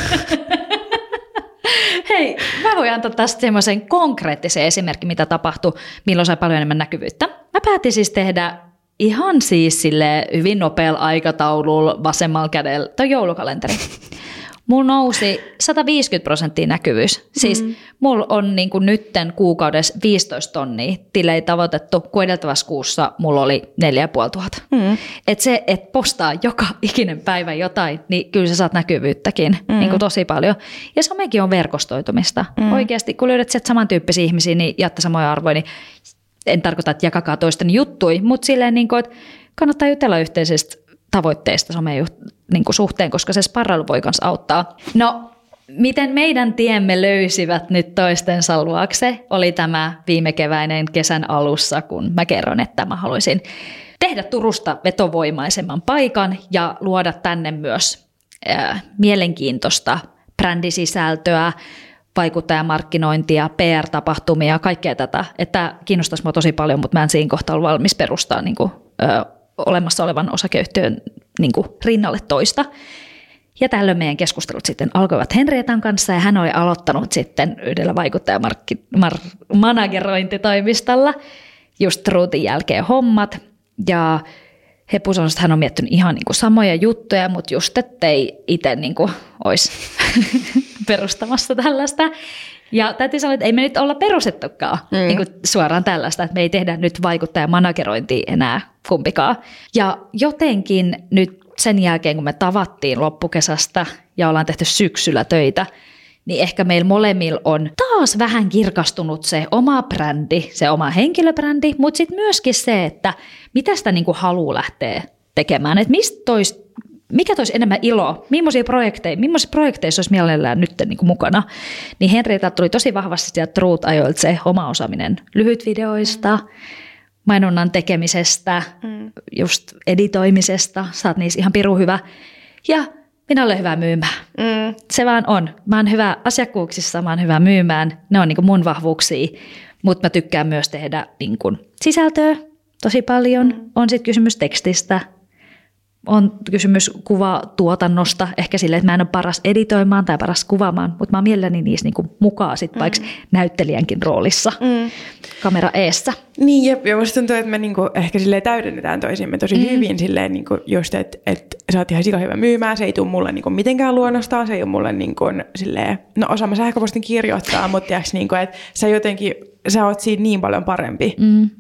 Speaker 2: Hei, mä voin antaa tästä semmoisen konkreettisen esimerkin, mitä tapahtui, milloin sai paljon enemmän näkyvyyttä. Mä päätin siis tehdä ihan siis hyvin nopealla aikataululla vasemmalla kädellä toi joulukalenteri. Mulla nousi 150% näkyvyys. Siis mulla on niin kuin nytten kuukaudessa 15 tonnia tilejä tavoitettu, kun edeltävässä kuussa mulla oli 4500. Että se, että postaa joka ikinen päivä jotain, niin kyllä sä saat näkyvyyttäkin niin kuin tosi paljon. Ja somekin on verkostoitumista. Oikeasti, kun löydät sieltä samantyyppisiä ihmisiä, niin jaatte samoja arvoja, niin en tarkoita, että jakakaa toisten juttui, mutta silleen, niin kuin, että kannattaa jutella yhteisestä tavoitteista someen niin kuin suhteen, koska se sparrailu voi myös auttaa. No, miten meidän tiemme löysivät nyt toistensa luokse, oli tämä viime keväinen kesän alussa, kun mä kerron, että mä haluaisin tehdä Turusta vetovoimaisemman paikan ja luoda tänne myös mielenkiintoista brändisisältöä, vaikuttajamarkkinointia, PR-tapahtumia, kaikkea tätä. Että kiinnostaisi mua tosi paljon, mutta mä en siinä kohtaa ole valmis perustaa niin kuin, olemassa olevan osakeyhtiön niin kuin rinnalle toista. Ja tällöin meidän keskustelut sitten alkoivat Henrietan kanssa, ja hän oli aloittanut sitten yhdellä vaikuttaja-managerointitoimistolla just Ruutin jälkeen hommat. Ja Hepu sanoi, että hän on miettinyt ihan niin kuin samoja juttuja, mutta just ettei itse niin kuin olisi perustamassa tällaista. Ja täytyy sanoa, että ei me nyt olla perustettukaan niin kuin suoraan tällaista, että me ei tehdä nyt vaikuttaja-managerointia enää kumpikaan. Ja jotenkin nyt sen jälkeen, kun me tavattiin loppukesästä ja ollaan tehty syksyllä töitä, niin ehkä meillä molemmilla on taas vähän kirkastunut se oma brändi, se oma henkilöbrändi, mutta sitten myöskin se, että mitä sitä niin kuin haluaa lähteä tekemään, että mikä toisi enemmän iloa, millaisia projekteissa olisi mielellään nyt niin kuin mukana. Niin Henrietta tuli tosi vahvasti sieltä Truut-ajoilta se oma osaaminen lyhytvideoista, mainonnan tekemisestä, just editoimisesta, sä oot niissä ihan pirun hyvä. Ja minä olen hyvä myymään. Se vaan on. Mä oon hyvä asiakkuuksissa, mä oon hyvä myymään. Ne on niin kuin mun vahvuuksia, mutta mä tykkään myös tehdä niin kuin sisältöä tosi paljon. On sitten kysymys tekstistä, on kysymys kuvatuotannosta, ehkä silleen, että mä en ole paras editoimaan tai paras kuvaamaan, mutta mä oon mielelläni niissä niin kuin mukaan sit vaikka näyttelijänkin roolissa kamera eessä.
Speaker 1: Niin, ja musta tuntuu, että me niinku ehkä silleen täydennetään toisimme tosi hyvin silleen niinku just, että sä oot ihan sikahyvä myymään, se ei tule mulle niinku mitenkään luonnostaan, se ei ole mulle niinku silleen, no osaan mä sähköpostin kirjoittaa, mutta tiiäks niinku, että sä oot siinä niin paljon parempi.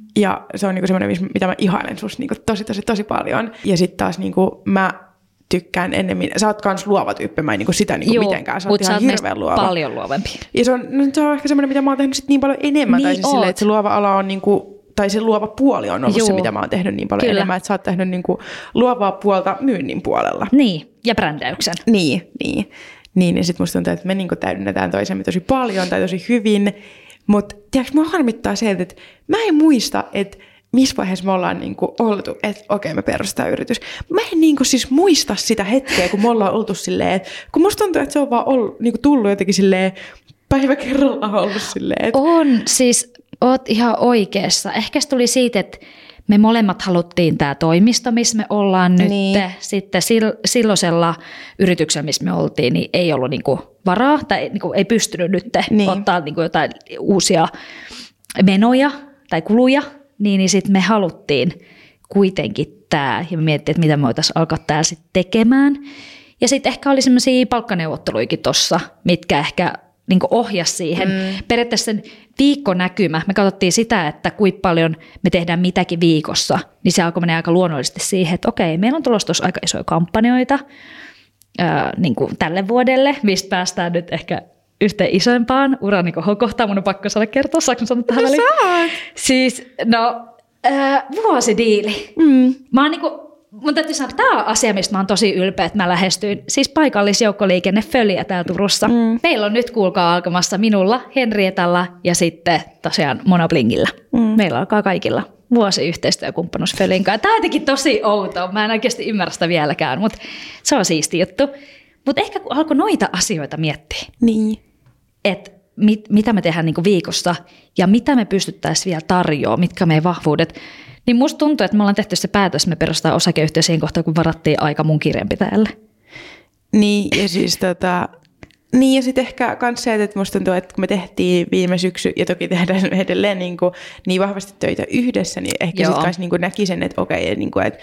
Speaker 1: Ja se on niinku semmoinen, mitä mä ihailen susta niinku tosi paljon. Ja sitten taas niinku mä tykkään ennemmin. Sä oot kans luova tyyppi, mä en niinku sitä niinku mitenkään. Sä oot ihan hirveän luova.
Speaker 2: Paljon luovempi.
Speaker 1: Ja se on ehkä semmoinen, mitä mä oon tehnyt sit niin paljon enemmän.
Speaker 2: Niin
Speaker 1: tai siis silleen, että se luova ala on niinku, tai se luova puoli on ollut se, mitä mä oon tehnyt niin paljon enemmän. Että sä oot tehnyt niinku luovaa puolta myynnin puolella.
Speaker 2: Niin, ja brändäyksen.
Speaker 1: Niin. Ja sit musta tuntuu, että me niinku täydennetään toisemme tosi paljon tai tosi hyvin. Mutta tiedätkö, mua harmittaa se, että mä en muista, että missä vaiheessa me ollaan niinku oltu, että okei, me perustetaan yritys. Mä en niinku siis muista sitä hetkeä, kun me ollaan oltu silleen, että kun musta tuntuu, että se on vaan ollut, niinku tullut jotenkin silleen, päivä kerrallaan ollut silleen. Että
Speaker 2: on, siis oot ihan oikeassa. Ehkä se tuli siitä, että me molemmat haluttiin tämä toimisto, missä me ollaan nyt. Niin. Sitten silloisella yrityksellä, missä me oltiin, niin ei ollut niinku varaa tai niinku ei pystynyt nyt ottaa niinku jotain uusia menoja tai kuluja. Niin sitten me haluttiin kuitenkin tämä ja me mietittiin, että mitä me voitaisiin alkaa täällä sitten tekemään. Ja sitten ehkä oli semmoisia palkkaneuvotteluikin tuossa, mitkä ehkä niinku ohjasi siihen. Periaatteessa sen viikkonäkymä, me katsottiin sitä, että kuinka paljon me tehdään mitäkin viikossa, niin se alkoi mennä aika luonnollisesti siihen, että okei, meillä on tulossa tuossa aika isoja kampanjoita niin kuin tälle vuodelle, mistä päästään nyt ehkä yhteen isoimpaan urani kohokohtaan. Mun on pakko saada kertoa, saanko sanoa tähän väliin? Siis, vuosidiili. Mä oon mun täytyy sanoa, että tämä on asia, mistä mä oon tosi ylpeä, että mä lähestyin siis paikallisjoukkoliikenne Föliä täällä Turussa. Meillä on nyt kuulkaa alkamassa minulla, Henrietalla ja sitten tosiaan Monoblingillä. Meillä alkaa kaikilla vuosi yhteistyökumppanuus Fölin kanssa. Tämä on jotenkin tosi outoa, mä en oikeasti ymmärrä sitä vieläkään, mutta se on siisti juttu. Mutta ehkä kun alkoi noita asioita miettiä, että mitä me tehdään niinku viikossa ja mitä me pystyttäisiin vielä tarjoamaan, mitkä meidän vahvuudet, niin musta tuntuu, että me ollaan tehty se päätös, me perustetaan osakeyhtiö siinä kohtaa, kun varattiin aika mun kirjanpitäjälle.
Speaker 1: Niin, ja siis niin, ja sitten ehkä myös se, että musta tuntuu, että kun me tehtiin viime syksy, ja toki tehdään edelleen niin vahvasti töitä yhdessä, niin ehkä sitten kanssa näki sen, että okei,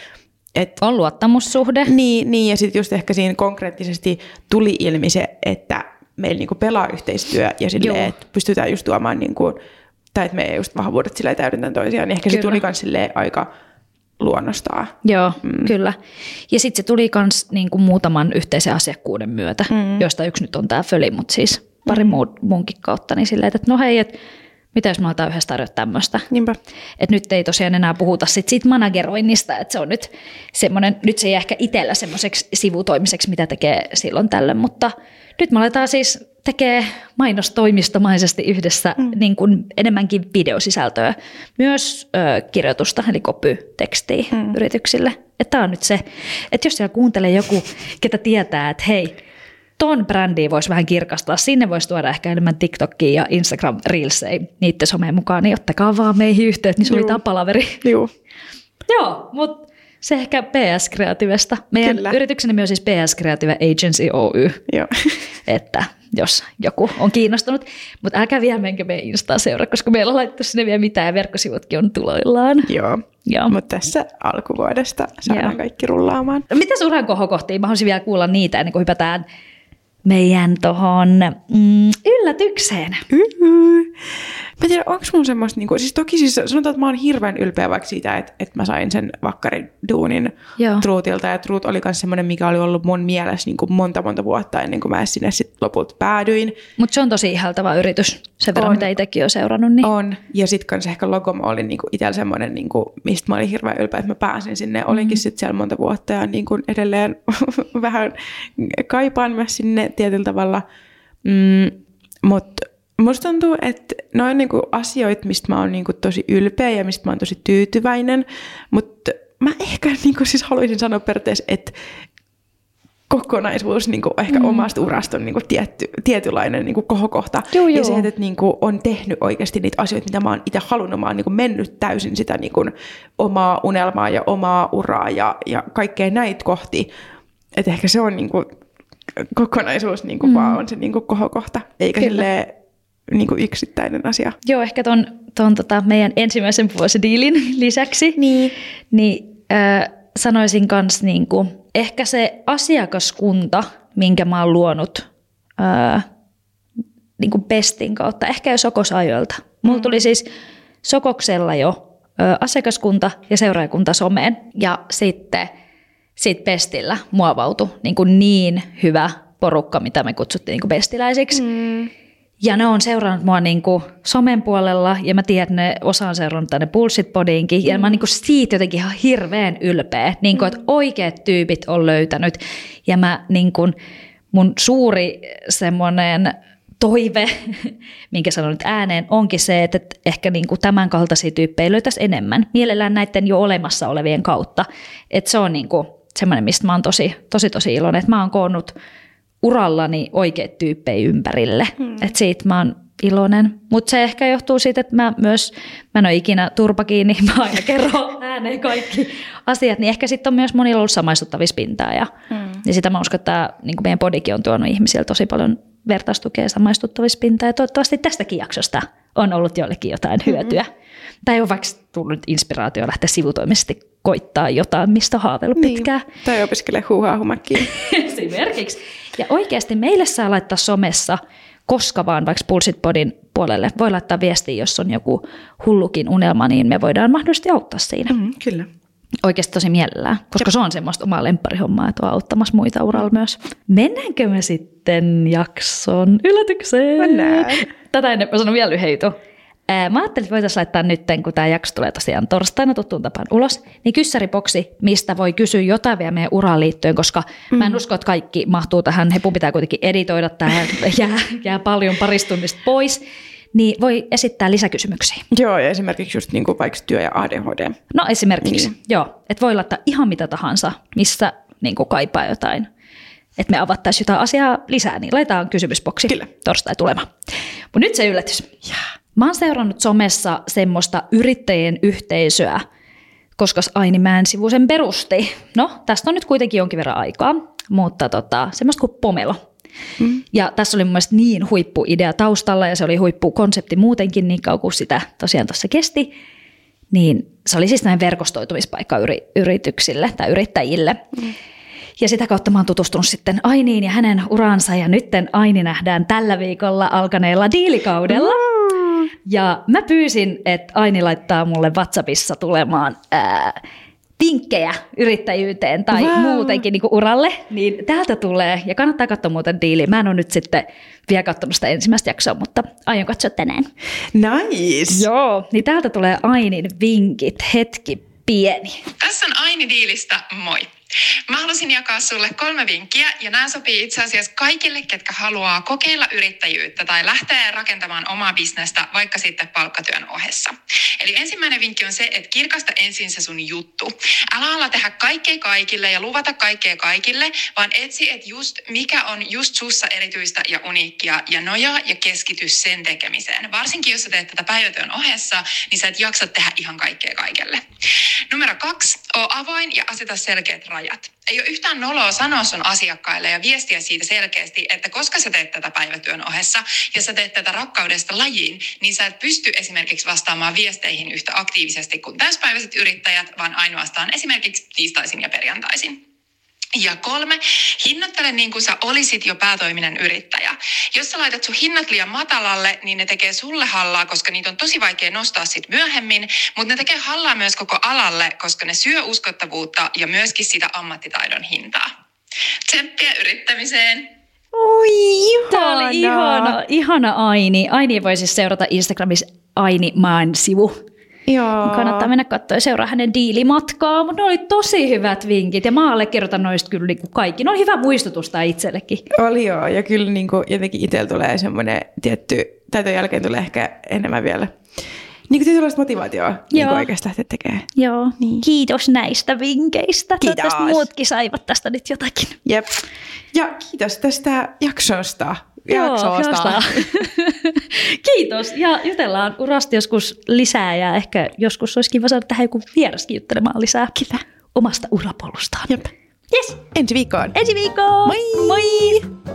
Speaker 1: että
Speaker 2: on luottamussuhde.
Speaker 1: Niin, ja sitten just ehkä siinä konkreettisesti tuli ilmi se, että meillä pelaa yhteistyö, ja silleen, että pystytään just tuomaan tai että meidän just vahvuudet sillä täydentää toisiaan, niin ehkä se tuli myös aika luonnostaan.
Speaker 2: Joo, kyllä. Ja sitten se tuli myös muutaman yhteisen asiakkuuden myötä, joista yksi nyt on tämä Föli, mutta siis pari muunkin kautta, niin silleen, että no hei, että mitä jos me aletaan yhdessä tarjota tämmöistä.
Speaker 1: Niinpä.
Speaker 2: Että nyt ei tosiaan enää puhuta siitä manageroinnista, että se on nyt semmoinen, nyt se ei ehkä itsellä semmoiseksi sivutoimiseksi, mitä tekee silloin tällöin, mutta nyt me aletaan siis tekee mainostoimistomaisesti yhdessä niin kuin enemmänkin videosisältöä, myös kirjoitusta, eli copy-tekstiä yrityksille. Että tämä on nyt se, että jos siellä kuuntelee joku, ketä tietää, että hei, ton brändiä voisi vähän kirkastaa, sinne voisi tuoda ehkä enemmän TikTokia ja Instagram Reelsei niiden someen mukaan, niin ottakaa vaan meihin yhteyttä, niin sovitaan palaveri. Joo, mutta se ehkä PS Creativesta. Meidän yrityksen nimi on siis PS Creative Agency Oy. Joo. Että jos joku on kiinnostunut. Mutta älkää vielä menkö meidän Instaa seuraa, koska meillä on laittu sinne vielä mitään ja verkkosivutkin on tuloillaan.
Speaker 1: Joo. Mutta tässä alkuvuodesta saadaan kaikki rullaamaan.
Speaker 2: Mitäs uran kohokohtiin? Mä haluaisin vielä kuulla niitä ennen kuin hypätään meidän tohon yllätykseen.
Speaker 1: Mä tiedän, onko mun semmoista, siis toki siis sanotaan, että mä oon hirveän ylpeä vaikka siitä, että mä sain sen vakkariduunin Truutilta. Ja Truut oli myös semmoinen, mikä oli ollut mun mielessä monta vuotta ennen kuin mä sinne sit lopulta päädyin.
Speaker 2: Mutta se on tosi ihaltava yritys, sen verran mitä itsekin olen seurannut. Niin.
Speaker 1: On, ja sitten kanssa ehkä Logoma oli itsellä semmoinen, mistä mä olin hirveän ylpeä, että mä pääsin sinne. Olinkin sitten siellä monta vuotta ja edelleen vähän kaipaan myös sinne tietyllä tavalla. Mutta musta tuntuu, että ne on asioita, mistä mä oon tosi ylpeä ja mistä mä oon tosi tyytyväinen, mutta mä ehkä siis haluaisin sanoa periaatteessa, että kokonaisuus ehkä omasta urasta on tietynlainen kohokohta. Ja se, että on tehnyt oikeasti niitä asioita, mitä mä oon itse halunnut. Mä oon mennyt täysin sitä omaa unelmaa ja omaa uraa ja kaikkea näitä kohti. Että ehkä se on kokonaisuus vaan on se kohokohta, eikä silleen yksittäinen asia.
Speaker 2: Joo, ehkä ton meidän ensimmäisen vuosidiilin lisäksi niin sanoisin kans ehkä se asiakaskunta, minkä mä oon luonut Bestin kautta, ehkä jo Sokosajoilta. Mulla tuli siis Sokoksella jo asiakaskunta ja seuraajakunta someen. Ja sitten siitä Bestillä muovautui niin hyvä porukka, mitä me kutsuttiin niin kuin bestiläisiksi. Ja ne on seurannut mua niin kuin somen puolella, ja mä tiedän, että ne osa on seurannut tänne Bullshit Podiinkin, ja mä oon niin kuin siitä jotenkin ihan hirveän ylpeä, niin kuin, että oikeat tyypit on löytänyt, ja mä niin kuin, mun suuri semmoinen toive, minkä sanon nyt ääneen, onkin se, että ehkä niin kuin tämän kaltaisia tyyppejä löytäisi enemmän, mielellään näiden jo olemassa olevien kautta, että se on niin kuin semmoinen, mistä mä oon tosi iloinen, että mä oon koonnut urallani oikeat tyyppejä ympärille. Että siitä mä oon iloinen. Mutta se ehkä johtuu siitä, että mä en ole ikinä turpa kiinni, mä aina kerron ääneen kaikki asiat, niin ehkä sitten on myös monilla ollut samaistuttavissa pintaa. Ja sitä mä uskon, että niin meidän podikin on tuonut ihmisille tosi paljon vertaistukea ja samaistuttavissa pintaa. Ja toivottavasti tästäkin jaksosta on ollut joillekin jotain hyötyä. Tai on vaikka tullut inspiraatio lähteä sivutoimisesti koittaa jotain, mistä on haaveillut pitkään.
Speaker 1: Tai opiskele huuhaa-humakkiin.
Speaker 2: Esimerkiksi. Ja oikeasti meille saa laittaa somessa koska vaan vaikka Bullshit Podin puolelle. Voi laittaa viestiä, jos on joku hullukin unelma, niin me voidaan mahdollisesti auttaa siinä.
Speaker 1: Kyllä.
Speaker 2: Oikeasti tosi mielellään, koska se on semmoista omaa lempparihommaa, että on auttamassa muita uralla myös. Mennäänkö me sitten jakson yllätykseen?
Speaker 1: Mennään.
Speaker 2: Tätä ennen mä sanon vielä yhden jutun. Mä ajattelin, että voitaisiin laittaa nyt, kun tämä jakso tulee tosiaan torstaina tuttuun tapaan ulos, niin kyssäriboksi, mistä voi kysyä jotain vielä meidän uraan liittyen, koska mä en usko, että kaikki mahtuu tähän. Hepun pitää kuitenkin editoida tähän, jää paljon paristunnista pois. Niin voi esittää lisäkysymyksiä.
Speaker 1: Joo, ja esimerkiksi just niin kuin vaikka työ ja ADHD.
Speaker 2: No esimerkiksi, joo. Että voi laittaa ihan mitä tahansa, missä niin kuin kaipaa jotain. Että me avattaisiin jotain asiaa lisää, niin laitetaan kysymysboksi torstai tulemaan. Mutta nyt se yllätys. Mä oon seurannut somessa semmoista yrittäjien yhteisöä, koska Aini Mäensivu sen perusti. No, tästä on nyt kuitenkin jonkin verran aikaa, mutta semmoista kuin Pomelo. Ja tässä oli mun mielestä niin huippuidea taustalla ja se oli huippukonsepti muutenkin niin kauan kuin sitä tosiaan tuossa kesti. Niin se oli siis näin verkostoitumispaikka yrityksille tai yrittäjille. Ja sitä kautta mä oon tutustunut sitten Ainiin ja hänen uransa ja nytten Aini nähdään tällä viikolla alkaneella diilikaudella. Ja mä pyysin, että Aini laittaa mulle WhatsAppissa tulemaan vinkkejä yrittäjyyteen tai muutenkin niin kuin uralle, niin täältä tulee, ja kannattaa katsoa muuten diiliä. Mä en ole nyt sitten vielä katsonut sitä ensimmäistä jaksoa, mutta aion katsoa tänään.
Speaker 1: Nice!
Speaker 2: Joo, niin täältä tulee Ainin vinkit, hetki pieni.
Speaker 3: Tässä on Aini Diilistä, moi! Mä halusin jakaa sulle 3 vinkkiä ja nämä sopii itse asiassa kaikille, ketkä haluaa kokeilla yrittäjyyttä tai lähteä rakentamaan omaa bisnestä vaikka sitten palkkatyön ohessa. Eli ensimmäinen vinkki on se, että kirkasta ensin se sun juttu. Älä ala tehdä kaikkea kaikille ja luvata kaikkea kaikille, vaan etsi, että just mikä on just sussa erityistä ja uniikkia ja nojaa ja keskity sen tekemiseen. Varsinkin jos sä teet tätä päivätyön ohessa, niin sä et jaksa tehdä ihan kaikkea kaikelle. Numero 2, oo avoin ja aseta selkeät rajat. Ei ole yhtään noloa sanoa sun asiakkaille ja viestiä siitä selkeästi, että koska sä teet tätä päivätyön ohessa ja sä teet tätä rakkaudesta lajiin, niin sä et pysty esimerkiksi vastaamaan viesteihin yhtä aktiivisesti kuin täyspäiväiset yrittäjät, vaan ainoastaan esimerkiksi tiistaisin ja perjantaisin. Ja 3, hinnoittele niin kuin sä olisit jo päätoiminen yrittäjä. Jos sä laitat sun hinnat liian matalalle, niin ne tekee sulle hallaa, koska niitä on tosi vaikea nostaa sit myöhemmin, mutta ne tekee hallaa myös koko alalle, koska ne syö uskottavuutta ja myöskin sitä ammattitaidon hintaa. Tsemppiä yrittämiseen!
Speaker 1: Oi, ihana!
Speaker 2: Tämä oli ihana Aini. Aini voi siis seurata Instagramissa Aini Mäensivu.
Speaker 1: Joo.
Speaker 2: Kannattaa mennä katsoa ja seuraa hänen diilimatkaa, mutta ne oli tosi hyvät vinkit ja mä allekirjoitan noista kyllä niin kuin kaikki. Ne on hyvä muistutusta itsellekin.
Speaker 1: Oli joo, ja kyllä niin kuin jotenkin itsellä tulee semmoinen tietty, tai ton jälkeen tulee ehkä enemmän vielä niin kuin tietynlaista motivaatioa niin oikeastaan tekee.
Speaker 2: Joo, niin. Kiitos näistä vinkkeistä.
Speaker 1: Kiitos.
Speaker 2: Toivottavasti muutkin saivat tästä nyt jotakin.
Speaker 1: Jep. Ja kiitos tästä jaksosta.
Speaker 2: Kiitos ja jutellaan urasta joskus lisää ja ehkä joskus olisi kiva saada tähän joku vieraskin juttelemaan lisää omasta urapolustaan.
Speaker 1: Jep.
Speaker 2: Yes.
Speaker 1: Ensi viikkoon.
Speaker 2: Moi!
Speaker 1: Moi!